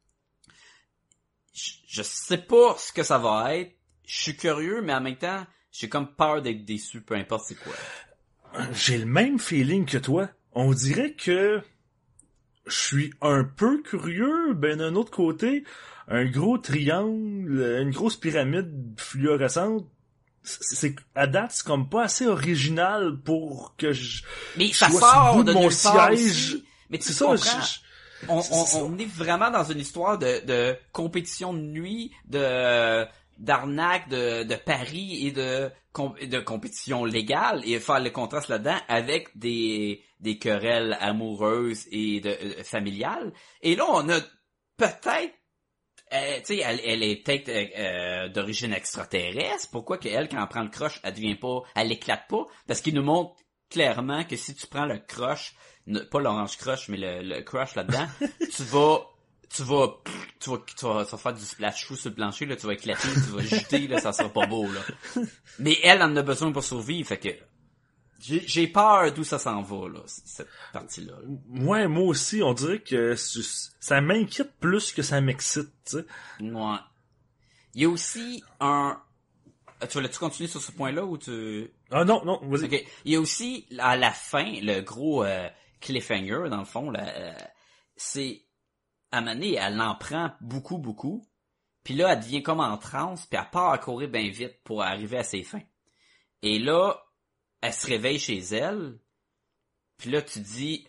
Je sais pas ce que ça va être. Je suis curieux, mais en même temps, j'ai comme peur d'être déçu, peu importe c'est quoi. J'ai le même feeling que toi. On dirait que je suis un peu curieux, ben d'un autre côté, un gros triangle, une grosse pyramide fluorescente, à date, c'est comme pas assez original pour que mais je ça sois sort sur le bout de mon nulle part siège. aussi. Mais tu C'est ça, comprends? On est vraiment dans une histoire de compétition de nuit, d'arnaque, de paris et de compétition légale, et faire le contraste là-dedans avec des querelles amoureuses et familiales. Et là, on a peut-être, tu sais, elle est peut-être d'origine extraterrestre. Pourquoi qu'elle, quand elle prend le croche, elle éclate pas? Parce qu'il nous montre clairement que si tu prends le croche, pas l'orange crush, mais le crush là-dedans, tu vas faire du splash chou sur le plancher, là, tu vas éclater, tu vas jeter, là, ça sera pas beau, là. Mais elle en a besoin pour survivre, fait que j'ai peur d'où ça s'en va, là, cette partie-là. Ouais, moi aussi, on dirait que ça m'inquiète plus que ça m'excite, tu sais. Ouais. Il y a aussi tu voulais-tu continuer sur ce point-là ou tu... Ah non, vas-y. Ok. Il y a aussi, à la fin, le gros cliffhanger, dans le fond, là, c'est... À un moment donné, elle en prend beaucoup, beaucoup. Puis là, elle devient comme en transe, puis elle part à courir bien vite pour arriver à ses fins. Et là, elle se réveille chez elle. Puis là, tu dis,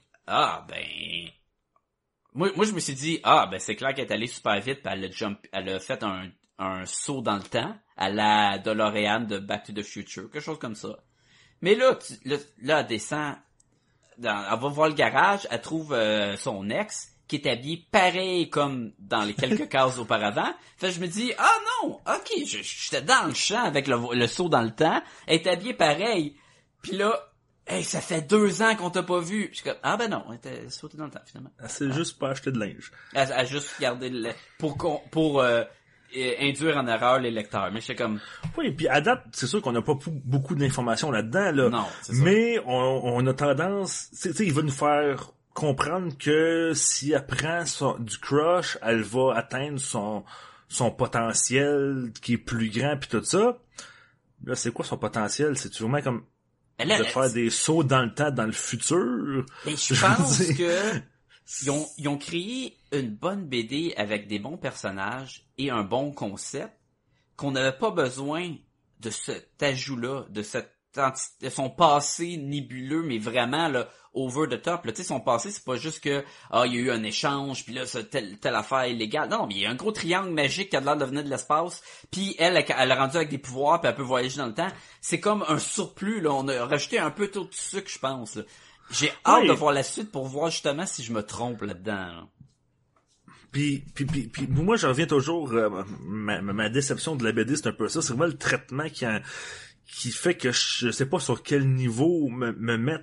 Moi, je me suis dit, c'est clair qu'elle est allée super vite, puis elle a fait un saut dans le temps, à la DeLorean de Back to the Future, quelque chose comme ça. Mais là, elle descend, elle va voir le garage, elle trouve son ex, qui est habillé pareil comme dans les quelques cases auparavant. Fait que je me dis, non, ok, j'étais dans le champ avec le saut dans le temps, elle est habillée pareil. Puis là, ça fait 2 ans qu'on t'a pas vu. Puis je suis comme, non, elle était sautée dans le temps, finalement. Elle s'est juste pas acheté de linge. Elle a juste gardé pour induire en erreur les lecteurs. Mais j'étais comme... Oui, puis à date, c'est sûr qu'on n'a pas beaucoup d'informations là-dedans, là. Non, c'est ça. Mais on a tendance, tu sais, il va nous faire comprendre que si elle prend du crush, elle va atteindre son potentiel qui est plus grand puis tout ça. Là, c'est quoi son potentiel? C'est vraiment comme de faire des sauts dans le temps, dans le futur. Mais je pense que ils ont créé une bonne BD avec des bons personnages et un bon concept qu'on n'avait pas besoin de cet ajout-là, de son passé nébuleux, mais vraiment là over the top. Là, tu sais, son passé, c'est pas juste que il y a eu un échange, puis là, telle affaire illégale. Non, mais il y a un gros triangle magique qui a l'air de venir de l'espace, puis elle a rendu avec des pouvoirs, puis elle peut voyager dans le temps. C'est comme un surplus, là. On a rajouté un peu tout de sucre, je pense, là. J'ai hâte de voir la suite pour voir justement si je me trompe là-dedans, là. Puis moi, je reviens toujours, ma déception de la BD, c'est un peu ça. C'est vraiment le traitement qui fait que je sais pas sur quel niveau me mettre.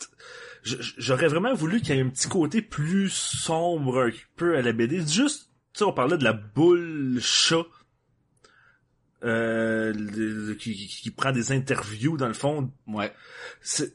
J'aurais vraiment voulu qu'il y ait un petit côté plus sombre un peu à la BD. Juste sais, on parlait de la boule chat, qui prend des interviews, dans le fond. Ouais. C'est...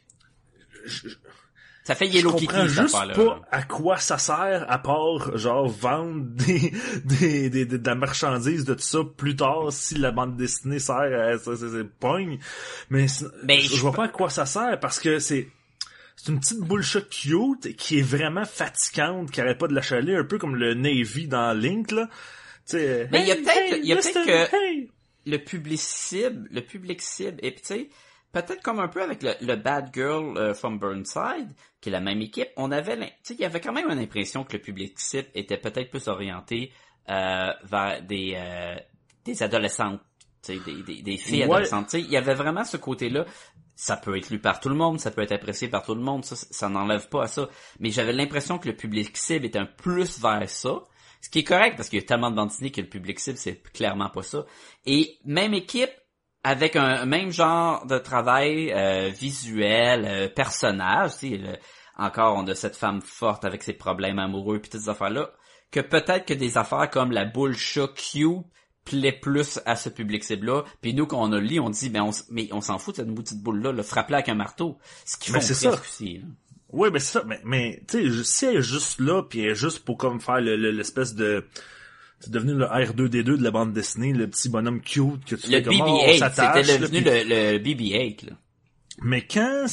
Ça fait Yellow Kitty, je comprends juste là. pas à quoi ça sert, à part, genre, vendre de la marchandise de tout ça plus tard, si la bande dessinée sert à c'est pogne. Mais je vois pas à quoi ça sert, parce que c'est une petite bullshit cute qui est vraiment fatigante, qui arrête pas de la chaler, un peu comme le Navy dans Link, là. T'sais, mais il y a peut-être que hey. le public cible, et puis tu sais, peut-être comme un peu avec le Bad Girl from Burnside, qui est la même équipe, tu sais, il y avait quand même une impression que le public cible était peut-être plus orienté vers des adolescentes, tu sais, des filles adolescentes. Tu sais, il y avait vraiment ce côté-là. Ça peut être lu par tout le monde, ça peut être apprécié par tout le monde, ça n'enlève pas à ça. Mais j'avais l'impression que le public cible était un plus vers ça. Ce qui est correct, parce qu'il y a tellement de bandes dessinées que le public cible, c'est clairement pas ça. Et même équipe, avec un même genre de travail visuel, personnage, tu sais, encore on a cette femme forte avec ses problèmes amoureux puis toutes ces affaires-là, que peut-être que des affaires comme la boule chat cute plaît plus à ce public cible-là. Puis nous, quand on a lu, on dit, mais on s'en fout de cette petite boule-là, frappe-la avec un marteau. Ce qu'ils font presque aussi, là. Oui, mais c'est ça, mais tu sais, si elle est juste là, puis elle est juste pour comme faire l'espèce de... C'est devenu le R2D2 de la bande dessinée, le petit bonhomme cute que tu fais comme on s'attache. C'était devenu le BB-8, là. Mais quand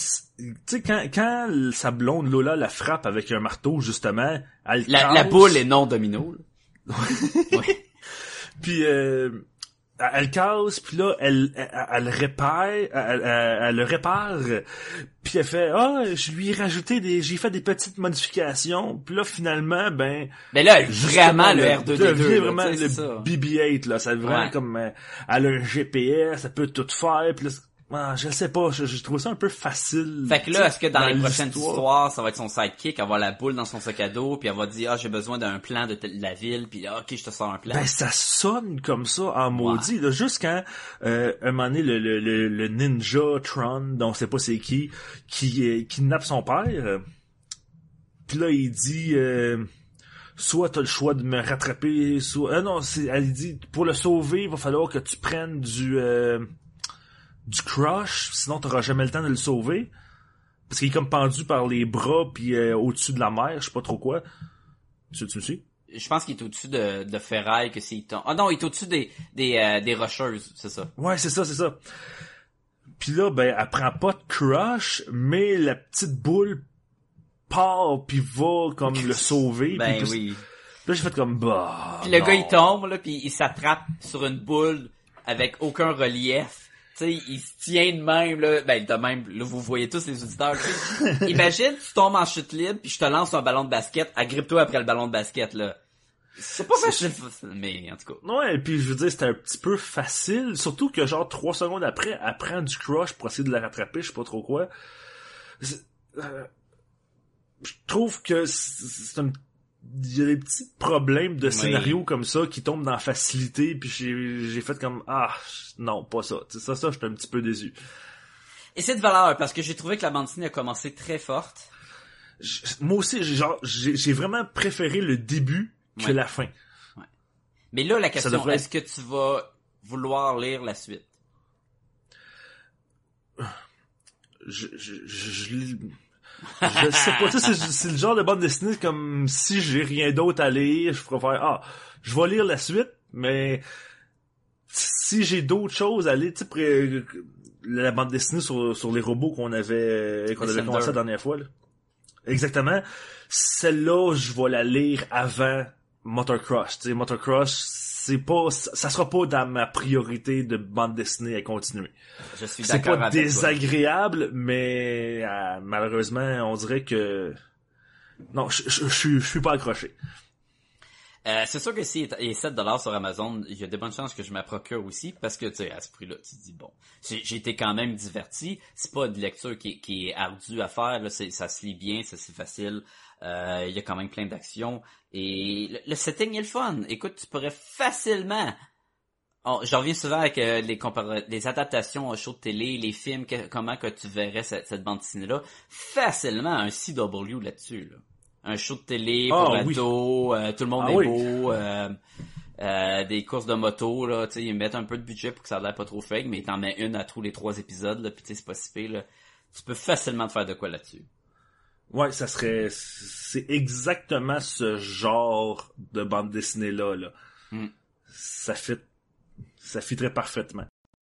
sa blonde Lola la frappe avec un marteau, justement, elle la boule est non domino, là. Ouais. Puis elle casse, puis là elle répare, elle le répare, puis elle fait je lui ai rajouté j'ai fait des petites modifications, puis là finalement mais là vraiment le R2D2 devient là, vraiment le ça. BB-8 là, ça devient comme elle a un GPS, elle peut tout faire, puis là je sais pas, je trouve ça un peu facile. Fait que là, est-ce que dans les prochaines histoires, ça va être son sidekick, avoir la boule dans son sac à dos, puis elle va dire, j'ai besoin d'un plan de la ville, puis ok, je te sors un plan. Ça sonne comme ça en maudit, là, juste quand, un moment donné, le ninja Tron, dont on sait pas c'est qui kidnappe son père, puis là, il dit, soit t'as le choix de me rattraper, soit, elle dit, pour le sauver, il va falloir que tu prennes du crush, sinon t'auras jamais le temps de le sauver. Parce qu'il est comme pendu par les bras puis au-dessus de la mer, je sais pas trop quoi. Tu me suis? Je pense qu'il est au-dessus de ferraille que s'il tombe. Ah non, il est au-dessus des rocheuses, c'est ça. Ouais, c'est ça. Puis là, elle prend pas de crush, mais la petite boule part puis va comme le sauver. Oui. Là, j'ai fait comme Puis le gars il tombe là, puis il s'attrape sur une boule avec aucun relief. Tu sais, il se tient de même, là. De même, là, vous voyez tous les auditeurs. Imagine, tu tombes en chute libre, puis je te lance un ballon de basket. Agrippe-toi après le ballon de basket, là. C'est pas facile, mais en tout cas. Ouais, et puis je veux dire, c'était un petit peu facile. Surtout que genre 3 secondes après, elle prend du crush pour essayer de la rattraper, je sais pas trop quoi. Je trouve que il y a des petits problèmes de scénario comme ça qui tombent dans la facilité, puis j'ai fait comme non, pas ça. Ça j'étais un petit peu déçu. Et c'est de valeur parce que j'ai trouvé que la bande dessinée a commencé très forte. Moi aussi, j'ai vraiment préféré le début que la fin. Ouais. Mais là la question, est-ce que tu vas vouloir lire la suite? Je sais pas, c'est le genre de bande dessinée comme si j'ai rien d'autre à lire, je préfère je vais lire la suite, mais si j'ai d'autres choses à lire, tu sais, la bande dessinée sur les robots qu'on avait commencé la dernière fois là. Exactement. Celle-là, je vais la lire avant Motocross. Tu sais, Motocross, ça sera pas dans ma priorité de bande dessinée à continuer. Je suis d'accord avec toi. C'est pas désagréable, mais malheureusement, on dirait que non, je suis pas accroché. C'est sûr que si il est $7 sur Amazon, il y a de bonnes chances que je me procure aussi, parce que tu sais, à ce prix-là, tu te dis bon, j'ai été quand même diverti. C'est pas une lecture qui est ardue à faire, là, ça se lit bien, c'est facile. Il y a quand même plein d'actions et le setting est le fun. Écoute, tu pourrais facilement. Je reviens souvent avec les adaptations shows de télé, les films, comment que tu verrais cette bande dessinée là, facilement un CW là-dessus là. un show de télé Ah, pour oui. ado, tout le monde Ah est oui. beau, des courses de moto, là, tu sais, ils mettent un peu de budget pour que ça a l'air pas trop fake, mais t'en mets une à tous les 3 épisodes, là, pis tu sais, c'est pas si pire, là. Tu peux facilement te faire de quoi là-dessus. Ouais, c'est exactement ce genre de bande dessinée là. Mm. Ça fitterait parfaitement.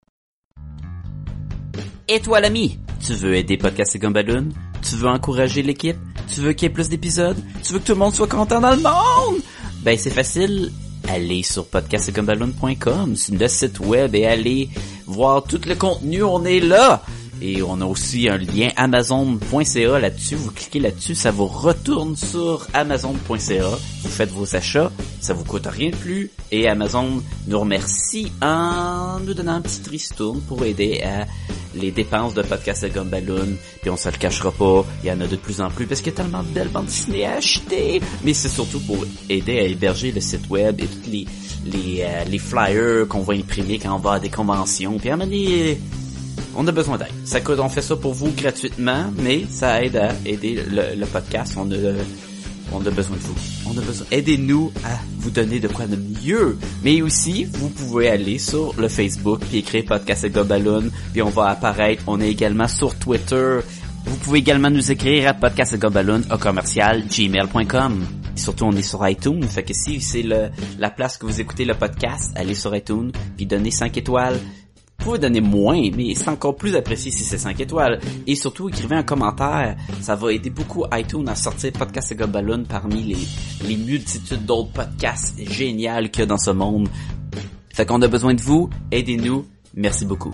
Et toi l'ami, tu veux aider Podcast et Gumballoon? Tu veux encourager l'équipe? Tu veux qu'il y ait plus d'épisodes? Tu veux que tout le monde soit content dans le monde? Ben c'est facile, allez sur podcastgumballoon.com, c'est le site web, et allez voir tout le contenu, on est là! Et on a aussi un lien Amazon.ca là-dessus. Vous cliquez là-dessus, ça vous retourne sur Amazon.ca. Vous faites vos achats, ça vous coûte rien de plus. Et Amazon nous remercie en nous donnant un petit tristourne pour aider à les dépenses de Podcast et Gumballoon. Puis on se le cachera pas, il y en a de plus en plus parce qu'il y a tellement de belles bandes dessinées à acheter. Mais c'est surtout pour aider à héberger le site web et tous les flyers qu'on va imprimer quand on va à des conventions. Puis à un moment donné, on a besoin d'aide. Ça coûte, on fait ça pour vous gratuitement, mais ça aide à aider le podcast. On a besoin de vous. Aidez-nous à vous donner de quoi de mieux. Mais aussi, vous pouvez aller sur le Facebook puis écrire Podcast et Gumballoon, puis on va apparaître. On est également sur Twitter. Vous pouvez également nous écrire à podcastgumballoon@gmail.com. Et surtout, on est sur iTunes. Fait que si c'est la place que vous écoutez le podcast, allez sur iTunes puis donnez 5 étoiles. Vous pouvez donner moins, mais c'est encore plus apprécié si c'est 5 étoiles. Et surtout, écrivez un commentaire. Ça va aider beaucoup iTunes à sortir Podcast et Gumballoon parmi les multitudes d'autres podcasts géniaux qu'il y a dans ce monde. Fait qu'on a besoin de vous. Aidez-nous. Merci beaucoup.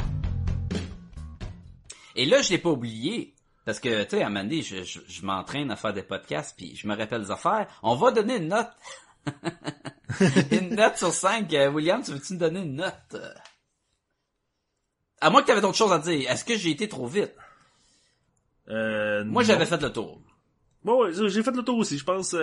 Et là, je l'ai pas oublié. Parce que, tu sais, à un moment donné, je m'entraîne à faire des podcasts, puis je me rappelle des affaires. On va donner une note. Une note sur 5. William, tu veux-tu me donner une note? À moins que tu avais d'autres choses à dire. Est-ce que j'ai été trop vite? Moi, j'avais fait le tour. Bon, ouais, j'ai fait le tour aussi. Je pense,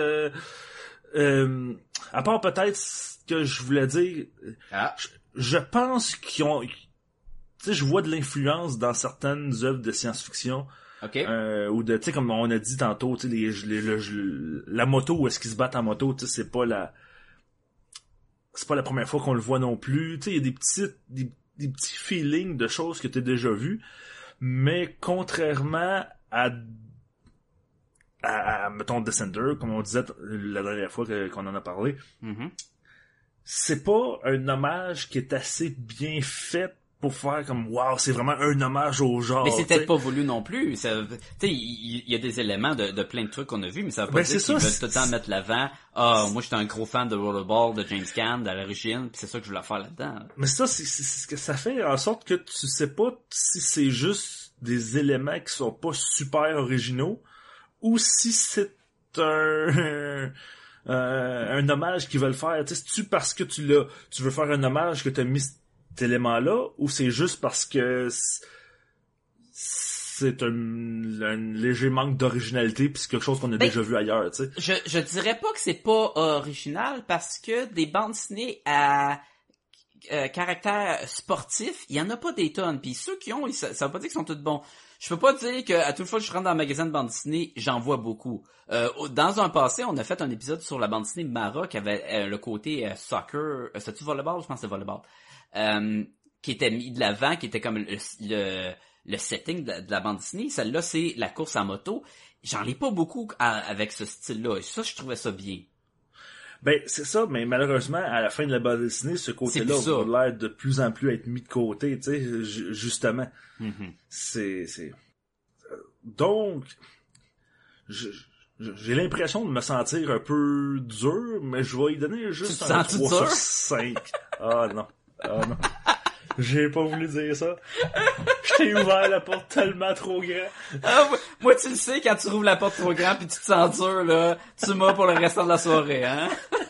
à part peut-être ce que je voulais dire, je pense qu'ils ont, tu sais, je vois de l'influence dans certaines œuvres de science-fiction. OK. Ou de, tu sais, comme on a dit tantôt, tu sais, la moto, où est-ce qu'ils se battent en moto, tu sais, c'est pas la première fois qu'on le voit non plus. Tu sais, il y a des petits feelings de choses que t'as déjà vues, mais contrairement à mettons Descender, comme on disait la dernière fois qu'on en a parlé, c'est pas un hommage qui est assez bien fait pour faire comme wow, c'est vraiment un hommage au genre. Mais c'est peut-être pas voulu non plus. Tu sais, il y a des éléments de plein de trucs qu'on a vus, mais ça veut pas dire qu'ils veulent tout le temps mettre l'avant. Ah, moi j'étais un gros fan de Rollerball de James Caan à l'origine, puis c'est ça que je voulais faire là-dedans. Mais ça, c'est ce que ça fait en sorte que tu sais pas si c'est juste des éléments qui sont pas super originaux ou si c'est un hommage qu'ils veulent faire. Tu sais, c'est-tu parce que tu veux faire un hommage que t'as mis cet élément-là, ou c'est juste parce que c'est un léger manque d'originalité puis c'est quelque chose qu'on a déjà vu ailleurs, tu sais. Je dirais pas que c'est pas original parce que des bandes dessinées à caractère sportif, il y en a pas des tonnes. Puis ceux qui ont, ça veut pas dire qu'ils sont tous bons. Je peux pas dire que à toute fois que je rentre dans un magasin de bande dessinée, j'en vois beaucoup. Dans un passé, on a fait un épisode sur la bande dessinée Mara qui avait le côté soccer, c'est-tu volleyball? Je pense que c'est volleyball. Qui était mis de l'avant, qui était comme le setting de la bande dessinée. Celle-là, c'est la course en moto. J'en ai pas beaucoup avec ce style-là. Et ça, je trouvais ça bien. Ben, c'est ça, mais malheureusement, à la fin de la bande dessinée, ce côté-là va l'air de plus en plus être mis de côté, tu sais, justement. C'est... Donc, j'ai l'impression de me sentir un peu dur, mais je vais y donner juste un 3 sur 5. Ah non. J'ai pas voulu dire ça. Je t'ai ouvert la porte tellement trop grand. Ah, moi, tu le sais, quand tu rouvres la porte trop grand pis tu te sens dur, là, tu m'as pour le restant de la soirée, hein?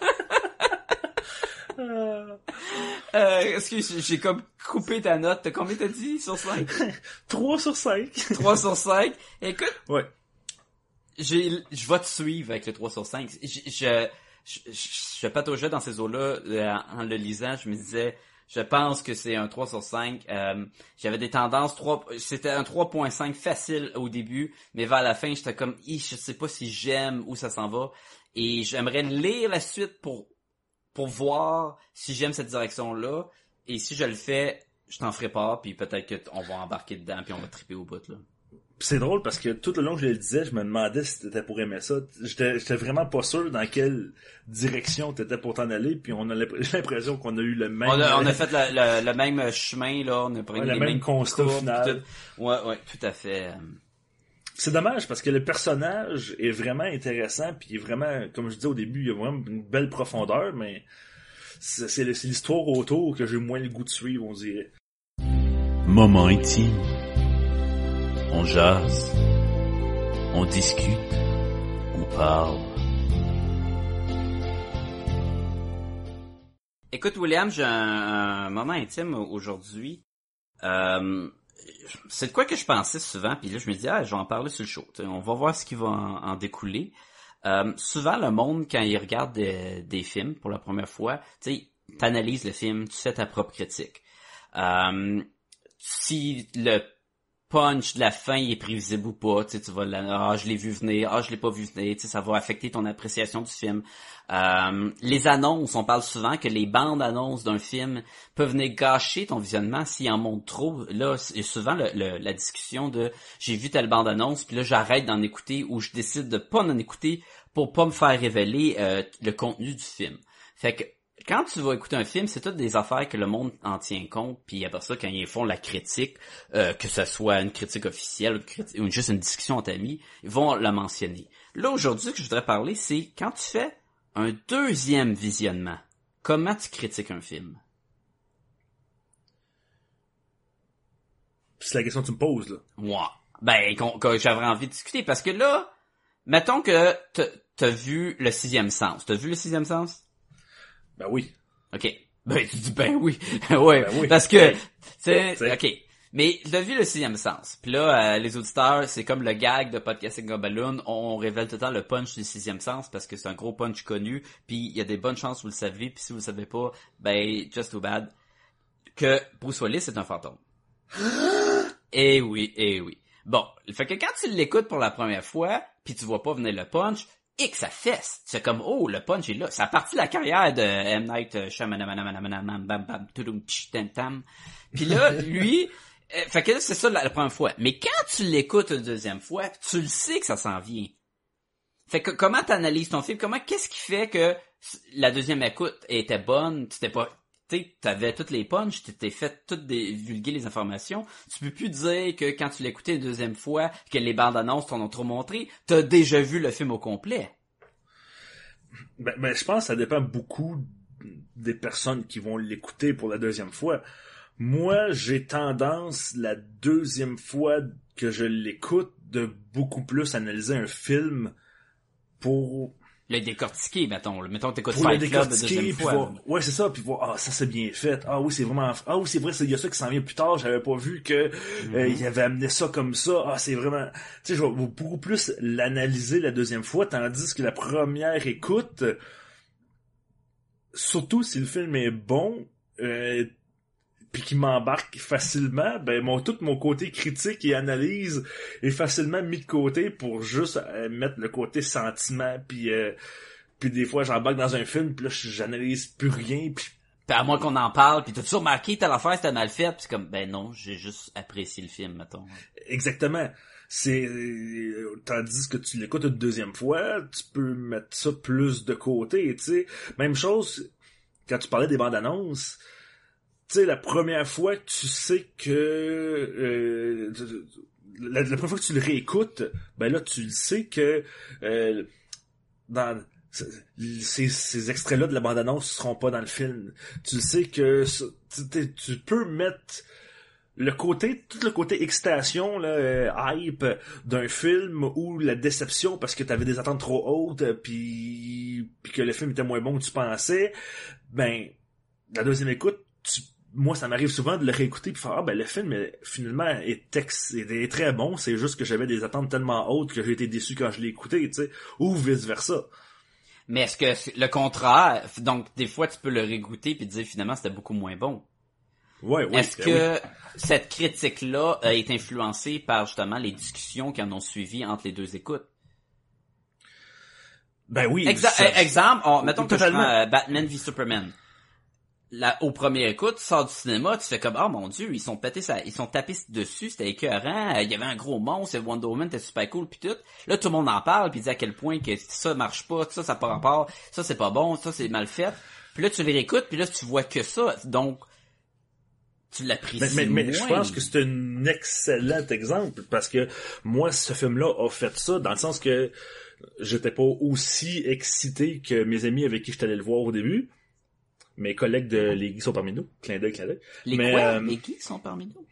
Est-ce que j'ai comme coupé ta note? Combien t'as dit sur 5? 3 sur 5. 3 sur 5. Écoute. Ouais. Je vais te suivre avec le 3 sur 5. Je pataugeais dans ces eaux-là, en le lisant, je me disais, Je pense que c'est un 3 sur 5. J'avais des tendances c'était un 3.5 facile au début, mais vers la fin, j'étais comme, je sais pas si j'aime où ça s'en va. Et j'aimerais lire la suite pour voir si j'aime cette direction-là. Et si je le fais, je t'en ferai part, puis peut-être qu'on va embarquer dedans, puis on va triper au bout, là. C'est drôle parce que tout le long que je le disais, je me demandais si t'étais pour aimer ça. J'étais vraiment pas sûr dans quelle direction t'étais pour t'en aller, puis j'ai l'impression qu'on a eu le même... On a fait le même chemin, là, on a pris le même constat final. Ouais, tout à fait. C'est dommage parce que le personnage est vraiment intéressant, puis il est vraiment, comme je disais au début, il y a vraiment une belle profondeur, mais c'est l'histoire autour que j'ai moins le goût de suivre, on dirait. Moment intime. On jase, on discute, on parle. Écoute, William, j'ai un moment intime aujourd'hui. C'est de quoi que je pensais souvent, puis là je me dis, je vais en parler sur le show. T'sais, on va voir ce qui va en découler. Souvent, le monde, quand il regarde des films pour la première fois, t'analyses le film, tu fais ta propre critique. Si le punch de la fin il est prévisible ou pas, tu vas je l'ai vu venir, je l'ai pas vu venir, ça va affecter ton appréciation du film. Les annonces, on parle souvent que les bandes annonces d'un film peuvent venir gâcher ton visionnement s'il en montre trop. Là, c'est souvent la discussion de j'ai vu telle bande annonce, puis là j'arrête d'en écouter ou je décide de pas en écouter pour pas me faire révéler le contenu du film. Fait que quand tu vas écouter un film, c'est toutes des affaires que le monde en tient compte, puis après ça, quand ils font la critique, que ce soit une critique officielle ou juste une discussion entre amis, ils vont la mentionner. Là, aujourd'hui, ce que je voudrais parler, c'est quand tu fais un deuxième visionnement, comment tu critiques un film? C'est la question que tu me poses, là. Ouais. Que j'avais envie de discuter, parce que là, mettons que t'as vu Le Sixième Sens. T'as vu Le Sixième Sens? Ben oui. OK. Tu dis ben oui. Ouais. Ben oui. Parce que, OK. Mais t'as vu Le Sixième Sens. Puis là, les auditeurs, c'est comme le gag de Podcasting Gumballoon. On révèle tout le temps le punch du Sixième Sens parce que c'est un gros punch connu. Puis il y a des bonnes chances vous le savez. Puis si vous le savez pas, just too bad. Que Bruce Willis est un fantôme. Eh oui. Bon, fait que quand tu l'écoutes pour la première fois, puis tu vois pas venir le punch, et que ça fesse. C'est comme, le punch est là. Ça a parti de la carrière de M. Night Shyamalan. Puis là, lui, fait que là, c'est ça la première fois. Mais quand tu l'écoutes une deuxième fois, tu le sais que ça s'en vient. Fait que comment t'analyses ton film? Qu'est-ce qui fait que la deuxième écoute était bonne? T'avais toutes les punches, t'étais fait toutes divulguer les informations. Tu peux plus dire que quand tu l'écoutais une deuxième fois, que les bandes annonces t'en ont trop montré. T'as déjà vu le film au complet. Ben, je pense que ça dépend beaucoup des personnes qui vont l'écouter pour la deuxième fois. Moi, j'ai tendance, la deuxième fois que je l'écoute, de beaucoup plus analyser un film pour... Le décortiquer, mettons que t'écoutes pour Fight le Club la décortiquer, deuxième fois. Voir, ouais, c'est ça, puis voir, ça c'est bien fait. Oui, c'est vraiment, oui, c'est vrai, il y a ça qui s'en vient plus tard, j'avais pas vu que, il avait amené ça comme ça. C'est vraiment, tu sais, je vais beaucoup plus l'analyser la deuxième fois, tandis que la première écoute, surtout si le film est bon, puis qui m'embarque facilement, tout mon côté critique et analyse est facilement mis de côté pour juste mettre le côté sentiment, puis des fois j'embarque dans un film, puis là j'analyse plus rien, puis à moins qu'on en parle, puis t'as-tu remarqué telle affaire c'était mal fait, puis c'est comme non, j'ai juste apprécié le film, mettons. Exactement. Tandis que tu l'écoutes une deuxième fois, tu peux mettre ça plus de côté, tu sais. Même chose quand tu parlais des bandes annonces. Tu sais, la première fois que tu sais que la première fois que tu le réécoutes, là tu le sais que dans ces extraits-là de la bande-annonce seront pas dans le film. Tu le sais que tu peux mettre tout le côté excitation, là, hype d'un film ou la déception parce que t'avais des attentes trop hautes puis que le film était moins bon que tu pensais. La deuxième écoute, moi, ça m'arrive souvent de le réécouter puis faire le film finalement est très bon, c'est juste que j'avais des attentes tellement hautes que j'ai été déçu quand je l'ai écouté, tu sais, ou vice versa. Mais est-ce que le contraire, donc des fois tu peux le réécouter puis te dire finalement c'était beaucoup moins bon. Ouais, oui. Est-ce que cette critique-là a été influencée par justement les discussions qui en ont suivi entre les deux écoutes? Ben oui. Exemple, mettons que je Totalement. prends Batman v Superman. Au premier écoute, tu sors du cinéma, tu fais comme, oh mon dieu, ils sont tapés dessus, c'était écœurant, il y avait un gros monstre, Wonder Woman était super cool pis tout. Là, tout le monde en parle pis dit à quel point que ça marche pas, ça n'a pas rapport, ça c'est pas bon, ça c'est mal fait. Puis là, tu les réécoutes pis là, tu vois que ça. Donc, tu l'apprécies mais moins. je pense que c'est un excellent exemple parce que moi, ce film-là a fait ça dans le sens que j'étais pas aussi excité que mes amis avec qui j'étais allé le voir au début. Mes collègues de Les Geeks sont parmi nous. Clin d'œil, clin d'œil. Les Geeks sont parmi nous?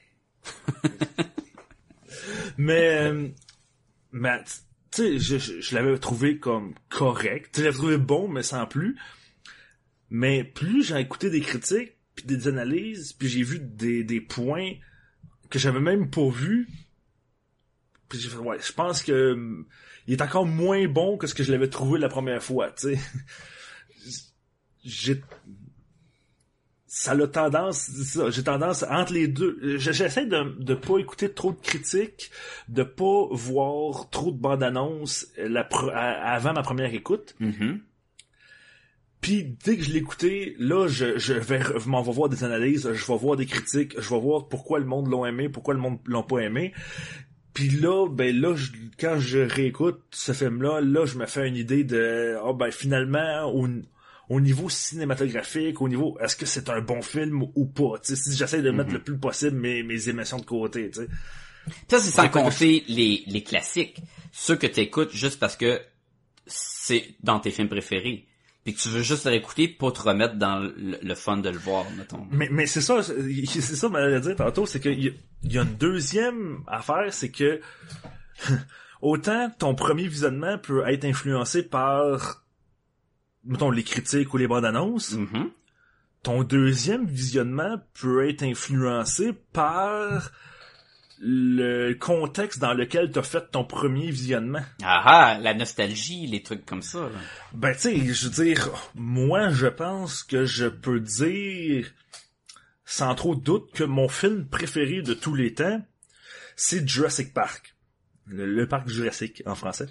mais tu sais, je l'avais trouvé comme correct. Je l'avais trouvé bon, mais sans plus. Mais plus j'ai écouté des critiques, puis des analyses, puis j'ai vu des points que j'avais même pas vus. Puis j'ai fait, ouais, je pense que il est encore moins bon que ce que je l'avais trouvé la première fois, tu sais. J'ai tendance entre les deux. J'essaie de pas écouter trop de critiques, de pas voir trop de bandes-annonces avant ma première écoute. Mm-hmm. Puis dès que je l'ai écouté, là, je m'en vais voir des analyses, je vais voir des critiques, je vais voir pourquoi le monde l'a aimé, pourquoi le monde l'a pas aimé. Puis là, quand je réécoute ce film-là, là, je me fais une idée de, finalement, au niveau cinématographique, au niveau, est-ce que c'est un bon film ou pas? T'sais, si j'essaie de mettre le plus possible mes émotions de côté, tu sais. Ça, c'est sans compter les classiques. Ceux que t'écoutes juste parce que c'est dans tes films préférés. Puis que tu veux juste le réécouter pour te remettre dans le fun de le voir, mettons. Mais c'est ça, m'allait dire tantôt, c'est qu'il y a une deuxième affaire, c'est que autant ton premier visionnement peut être influencé par, mettons, les critiques ou les bandes annonces, Mm-hmm. ton deuxième visionnement peut être influencé par le contexte dans lequel t'as fait ton premier visionnement. La nostalgie, les trucs comme ça. Là. Ben, tu sais, je veux dire, moi, je pense que je peux dire, sans trop de doute, que mon film préféré de tous les temps, c'est Jurassic Park. Le parc Jurassique, en français.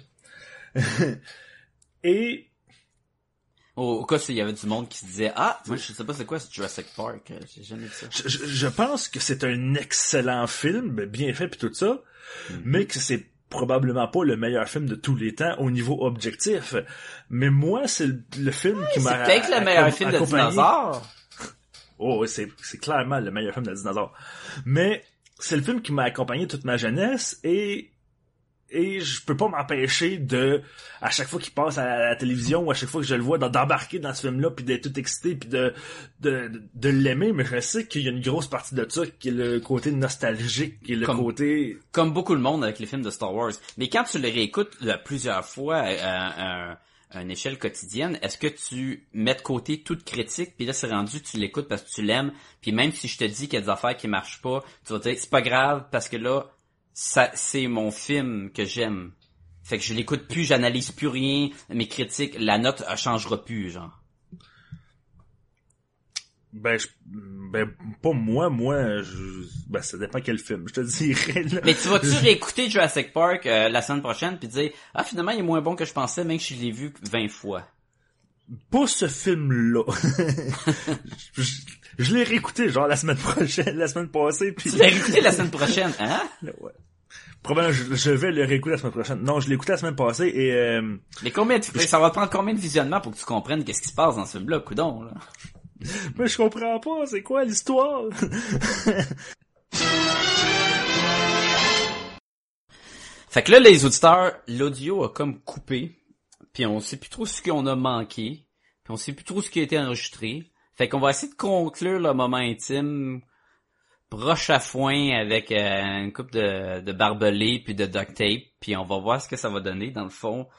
Et Au cas où il y avait du monde qui se disait, moi je sais pas c'est quoi ce Jurassic Park, j'ai jamais vu ça. je pense que c'est un excellent film, bien fait pis tout ça, mais que c'est probablement pas le meilleur film de tous les temps au niveau objectif. Mais moi, c'est le film qui m'a C'est peut-être le meilleur film de dinosaure. Oh oui, c'est clairement le meilleur film de dinosaure. Mais c'est le film qui m'a accompagné toute ma jeunesse et je peux pas m'empêcher de, à chaque fois qu'il passe à la télévision ou à chaque fois que je le vois, d'embarquer dans ce film-là puis d'être tout excité puis de l'aimer, mais je sais qu'il y a une grosse partie de ça qui est le côté nostalgique, qui est le côté... Comme beaucoup de monde avec les films de Star Wars. Mais quand tu les réécoutes plusieurs fois à une échelle quotidienne, est-ce que tu mets de côté toute critique puis là c'est rendu, tu l'écoutes parce que tu l'aimes puis même si je te dis qu'il y a des affaires qui marchent pas, tu vas te dire c'est pas grave parce que là ça, c'est mon film que j'aime. Fait que je l'écoute plus, j'analyse plus rien, mes critiques, la note changera plus, genre. Pas moi, ça dépend quel film, je te dirais, là. Mais tu vas-tu réécouter Jurassic Park la semaine prochaine pis dire, finalement, il est moins bon que je pensais, même que je l'ai vu 20 fois. Pas ce film-là. Je l'ai réécouté, genre, la semaine passée, puis... Tu l'as réécouté la semaine prochaine, hein? Ouais. Probablement, je vais le réécouter la semaine prochaine. Non, je l'ai écouté la semaine passée et... Mais ça va prendre combien de visionnements pour que tu comprennes qu'est-ce qui se passe dans ce film-là, coudon, là? Mais je comprends pas, c'est quoi l'histoire? Fait que là, les auditeurs, l'audio a comme coupé, puis on sait plus trop ce qu'on a manqué, puis on sait plus trop ce qui a été enregistré. Fait qu'on va essayer de conclure le moment intime broche à foin avec une coupe de barbelés puis de duct tape, puis on va voir ce que ça va donner dans le fond.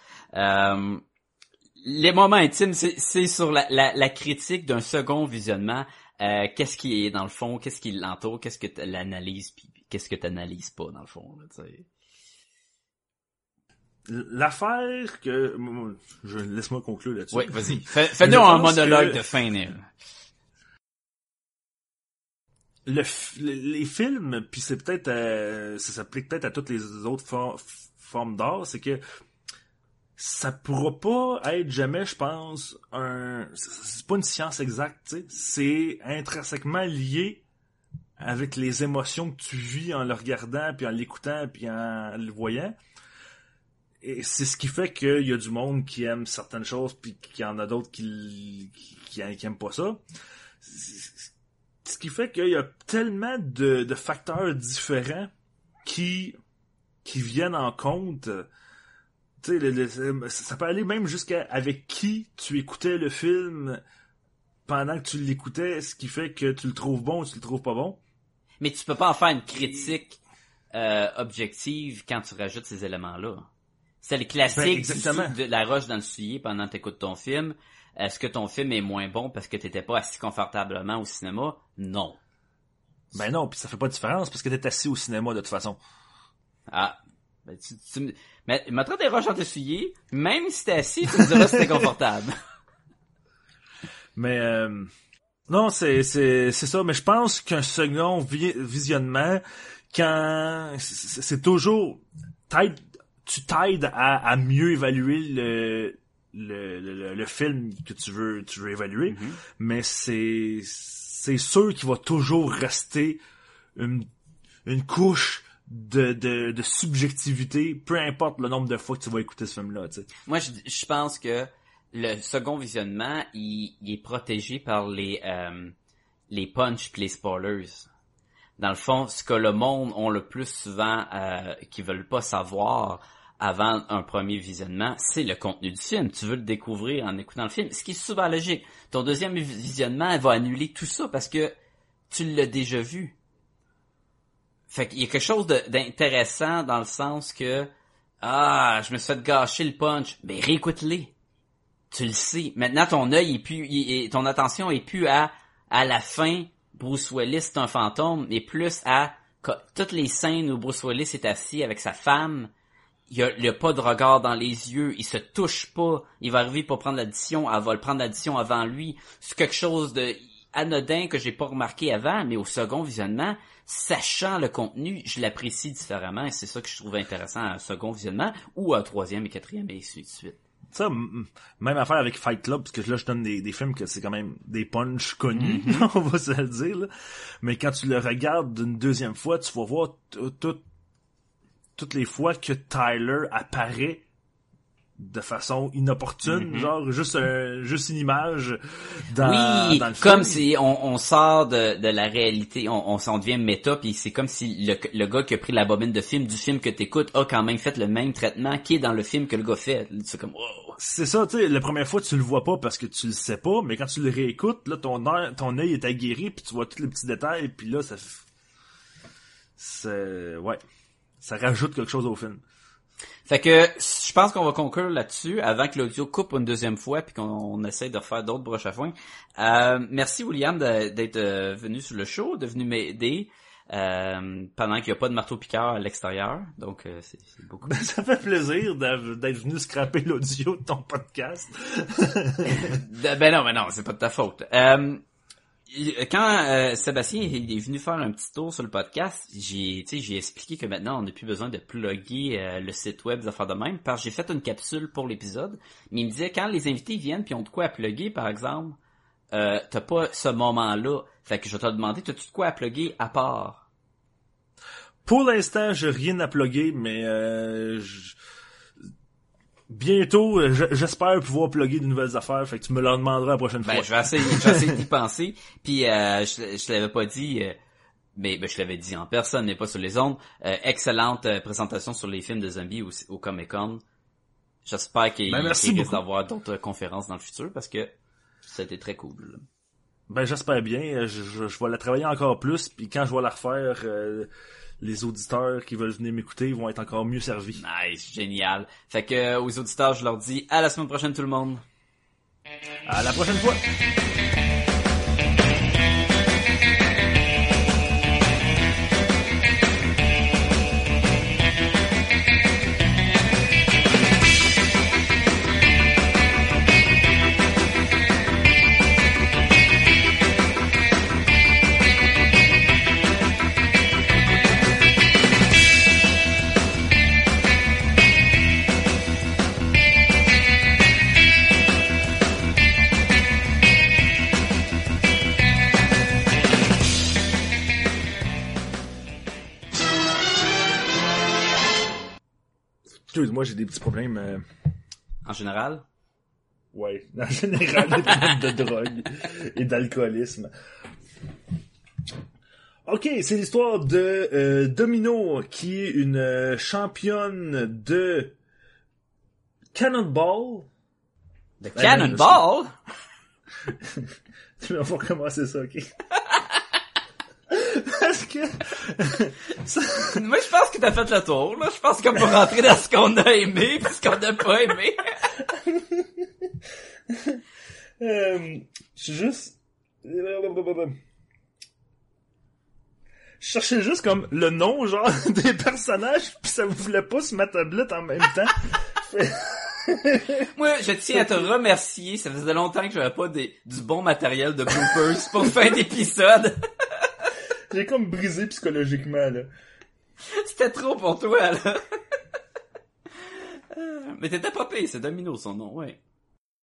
Les moments intimes, c'est sur la critique d'un second visionnement. Qu'est-ce qui est dans le fond, qu'est-ce qui l'entoure, qu'est-ce que tu l'analyses, puis qu'est-ce que tu analyses pas dans le fond, là, t'sais. L'affaire que... Laisse-moi conclure là-dessus. Oui, vas-y. Fais-nous un monologue de fin, Neil. les films, puis c'est peut-être ça s'applique peut-être à toutes les autres formes d'art, c'est que ça pourra pas être jamais, je pense, c'est pas une science exacte, tu sais, c'est intrinsèquement lié avec les émotions que tu vis en le regardant, puis en l'écoutant, puis en le voyant. Et c'est ce qui fait qu'il y a du monde qui aime certaines choses, puis qu'il y en a d'autres qui aiment pas ça. Ce qui fait qu'il y a tellement de facteurs différents qui viennent en compte. Tu sais, ça peut aller même jusqu'à avec qui tu écoutais le film pendant que tu l'écoutais, ce qui fait que tu le trouves bon ou tu le trouves pas bon. Mais tu peux pas en faire une critique objective quand tu rajoutes ces éléments-là. C'est le classique de la roche dans le soulier pendant que t'écoutes ton film. Est-ce que ton film est moins bon parce que t'étais pas assis confortablement au cinéma? Non. Ben non, puis ça fait pas de différence parce que t'es assis au cinéma de toute façon. Ah. Ben mais mettre des roches dans tes souliers, même si t'es assis, tu me diras si t'es confortable. Mais non, c'est ça. Mais je pense qu'un second visionnement, quand c'est toujours tu t'aides à mieux évaluer le film que tu veux évaluer. Mm-hmm. Mais c'est sûr qu'il va toujours rester une couche de subjectivité, peu importe le nombre de fois que tu vas écouter ce film-là, tu sais. Moi, je pense que le second visionnement, il est protégé par les punchs pis les spoilers. Dans le fond, ce que le monde ont le plus souvent, qu'ils veulent pas savoir avant un premier visionnement, c'est le contenu du film. Tu veux le découvrir en écoutant le film, ce qui est souvent logique. Ton deuxième visionnement, elle va annuler tout ça parce que tu l'as déjà vu. Fait qu'il y a quelque chose d'intéressant dans le sens que je me suis fait gâcher le punch. Ben réécoute-les. Tu le sais. Maintenant ton œil ton attention est plus à la fin, Bruce Willis c'est un fantôme, mais plus à toutes les scènes où Bruce Willis est assis avec sa femme. Il y a pas de regard dans les yeux, il se touche pas, il va arriver pour prendre l'addition, elle va le prendre l'addition avant lui. C'est quelque chose de anodin que j'ai pas remarqué avant, mais au second visionnement, sachant le contenu, je l'apprécie différemment et c'est ça que je trouve intéressant à un second visionnement ou à un troisième et quatrième et ainsi de suite. Ça, même affaire avec Fight Club, parce que là je donne des films que c'est quand même des punchs connus, mm-hmm. On va se le dire, là. Mais quand tu le regardes d'une deuxième fois, tu vas voir toutes les fois que Tyler apparaît de façon inopportune, mm-hmm. genre juste une image dans le film. Comme si on sort de la réalité, on devient méta, puis c'est comme si le gars qui a pris la bobine de film du film que t'écoutes a quand même fait le même traitement qui est dans le film que le gars fait. C'est comme wow. C'est ça, tu sais, la première fois tu le vois pas parce que tu le sais pas, mais quand tu le réécoutes, là ton œil est aguerri, puis tu vois tous les petits détails, puis là ça rajoute quelque chose au film. Fait que je pense qu'on va conclure là-dessus avant que l'audio coupe une deuxième fois puis qu'on essaie de refaire d'autres broches à foin. Merci William d'être venu sur le show, de venu m'aider pendant qu'il n'y a pas de marteau-piqueur à l'extérieur. Donc c'est beaucoup. Ça fait plaisir d'être venu scraper l'audio de ton podcast. Ben non, c'est pas de ta faute. Quand Sébastien il est venu faire un petit tour sur le podcast, j'ai expliqué que maintenant on n'a plus besoin de plugger le site web des affaires de même, parce que j'ai fait une capsule pour l'épisode, mais il me disait quand les invités viennent puis ont de quoi à plugger par exemple, t'as pas ce moment-là, fait que je vais te demander, t'as-tu de quoi à plugger à part? Pour l'instant, j'ai rien à plugger, mais bientôt, j'espère pouvoir plugger de nouvelles affaires, fait que tu me le demanderas la prochaine fois. Je vais essayer d'y penser. Puis je l'avais pas dit, mais je l'avais dit en personne, mais pas sur les ondes. Excellente présentation sur les films de zombies au Comic-Con. J'espère qu'il risque d'avoir d'autres conférences dans le futur parce que ça a été très cool. Ben j'espère bien. Je vais la travailler encore plus, puis quand je vais la refaire, les auditeurs qui veulent venir m'écouter vont être encore mieux servis. Nice, génial. Fait que aux auditeurs, je leur dis à la semaine prochaine tout le monde. À la prochaine fois. Excuse-moi, j'ai des petits problèmes. En général? Ouais, en général, des problèmes de drogue et d'alcoolisme. Ok, c'est l'histoire de Domino, qui est une championne de Cannonball. De Cannonball? Tu vas pas recommencer ça, ok? Parce que... Moi, je pense que t'as fait le tour, là. Je pense qu'on peut rentrer dans ce qu'on a aimé pis ce qu'on a pas aimé. Je suis juste... Je cherchais juste comme le nom, genre, des personnages, pis ça voulait pas sur ma tablette en même temps. Moi, je tiens à te remercier. Ça faisait longtemps que j'avais pas du bon matériel de bloopers pour fin d'épisode. J'ai comme brisé psychologiquement, là. C'était trop pour toi, là. Mais t'étais pas payé, c'est Domino son nom, ouais.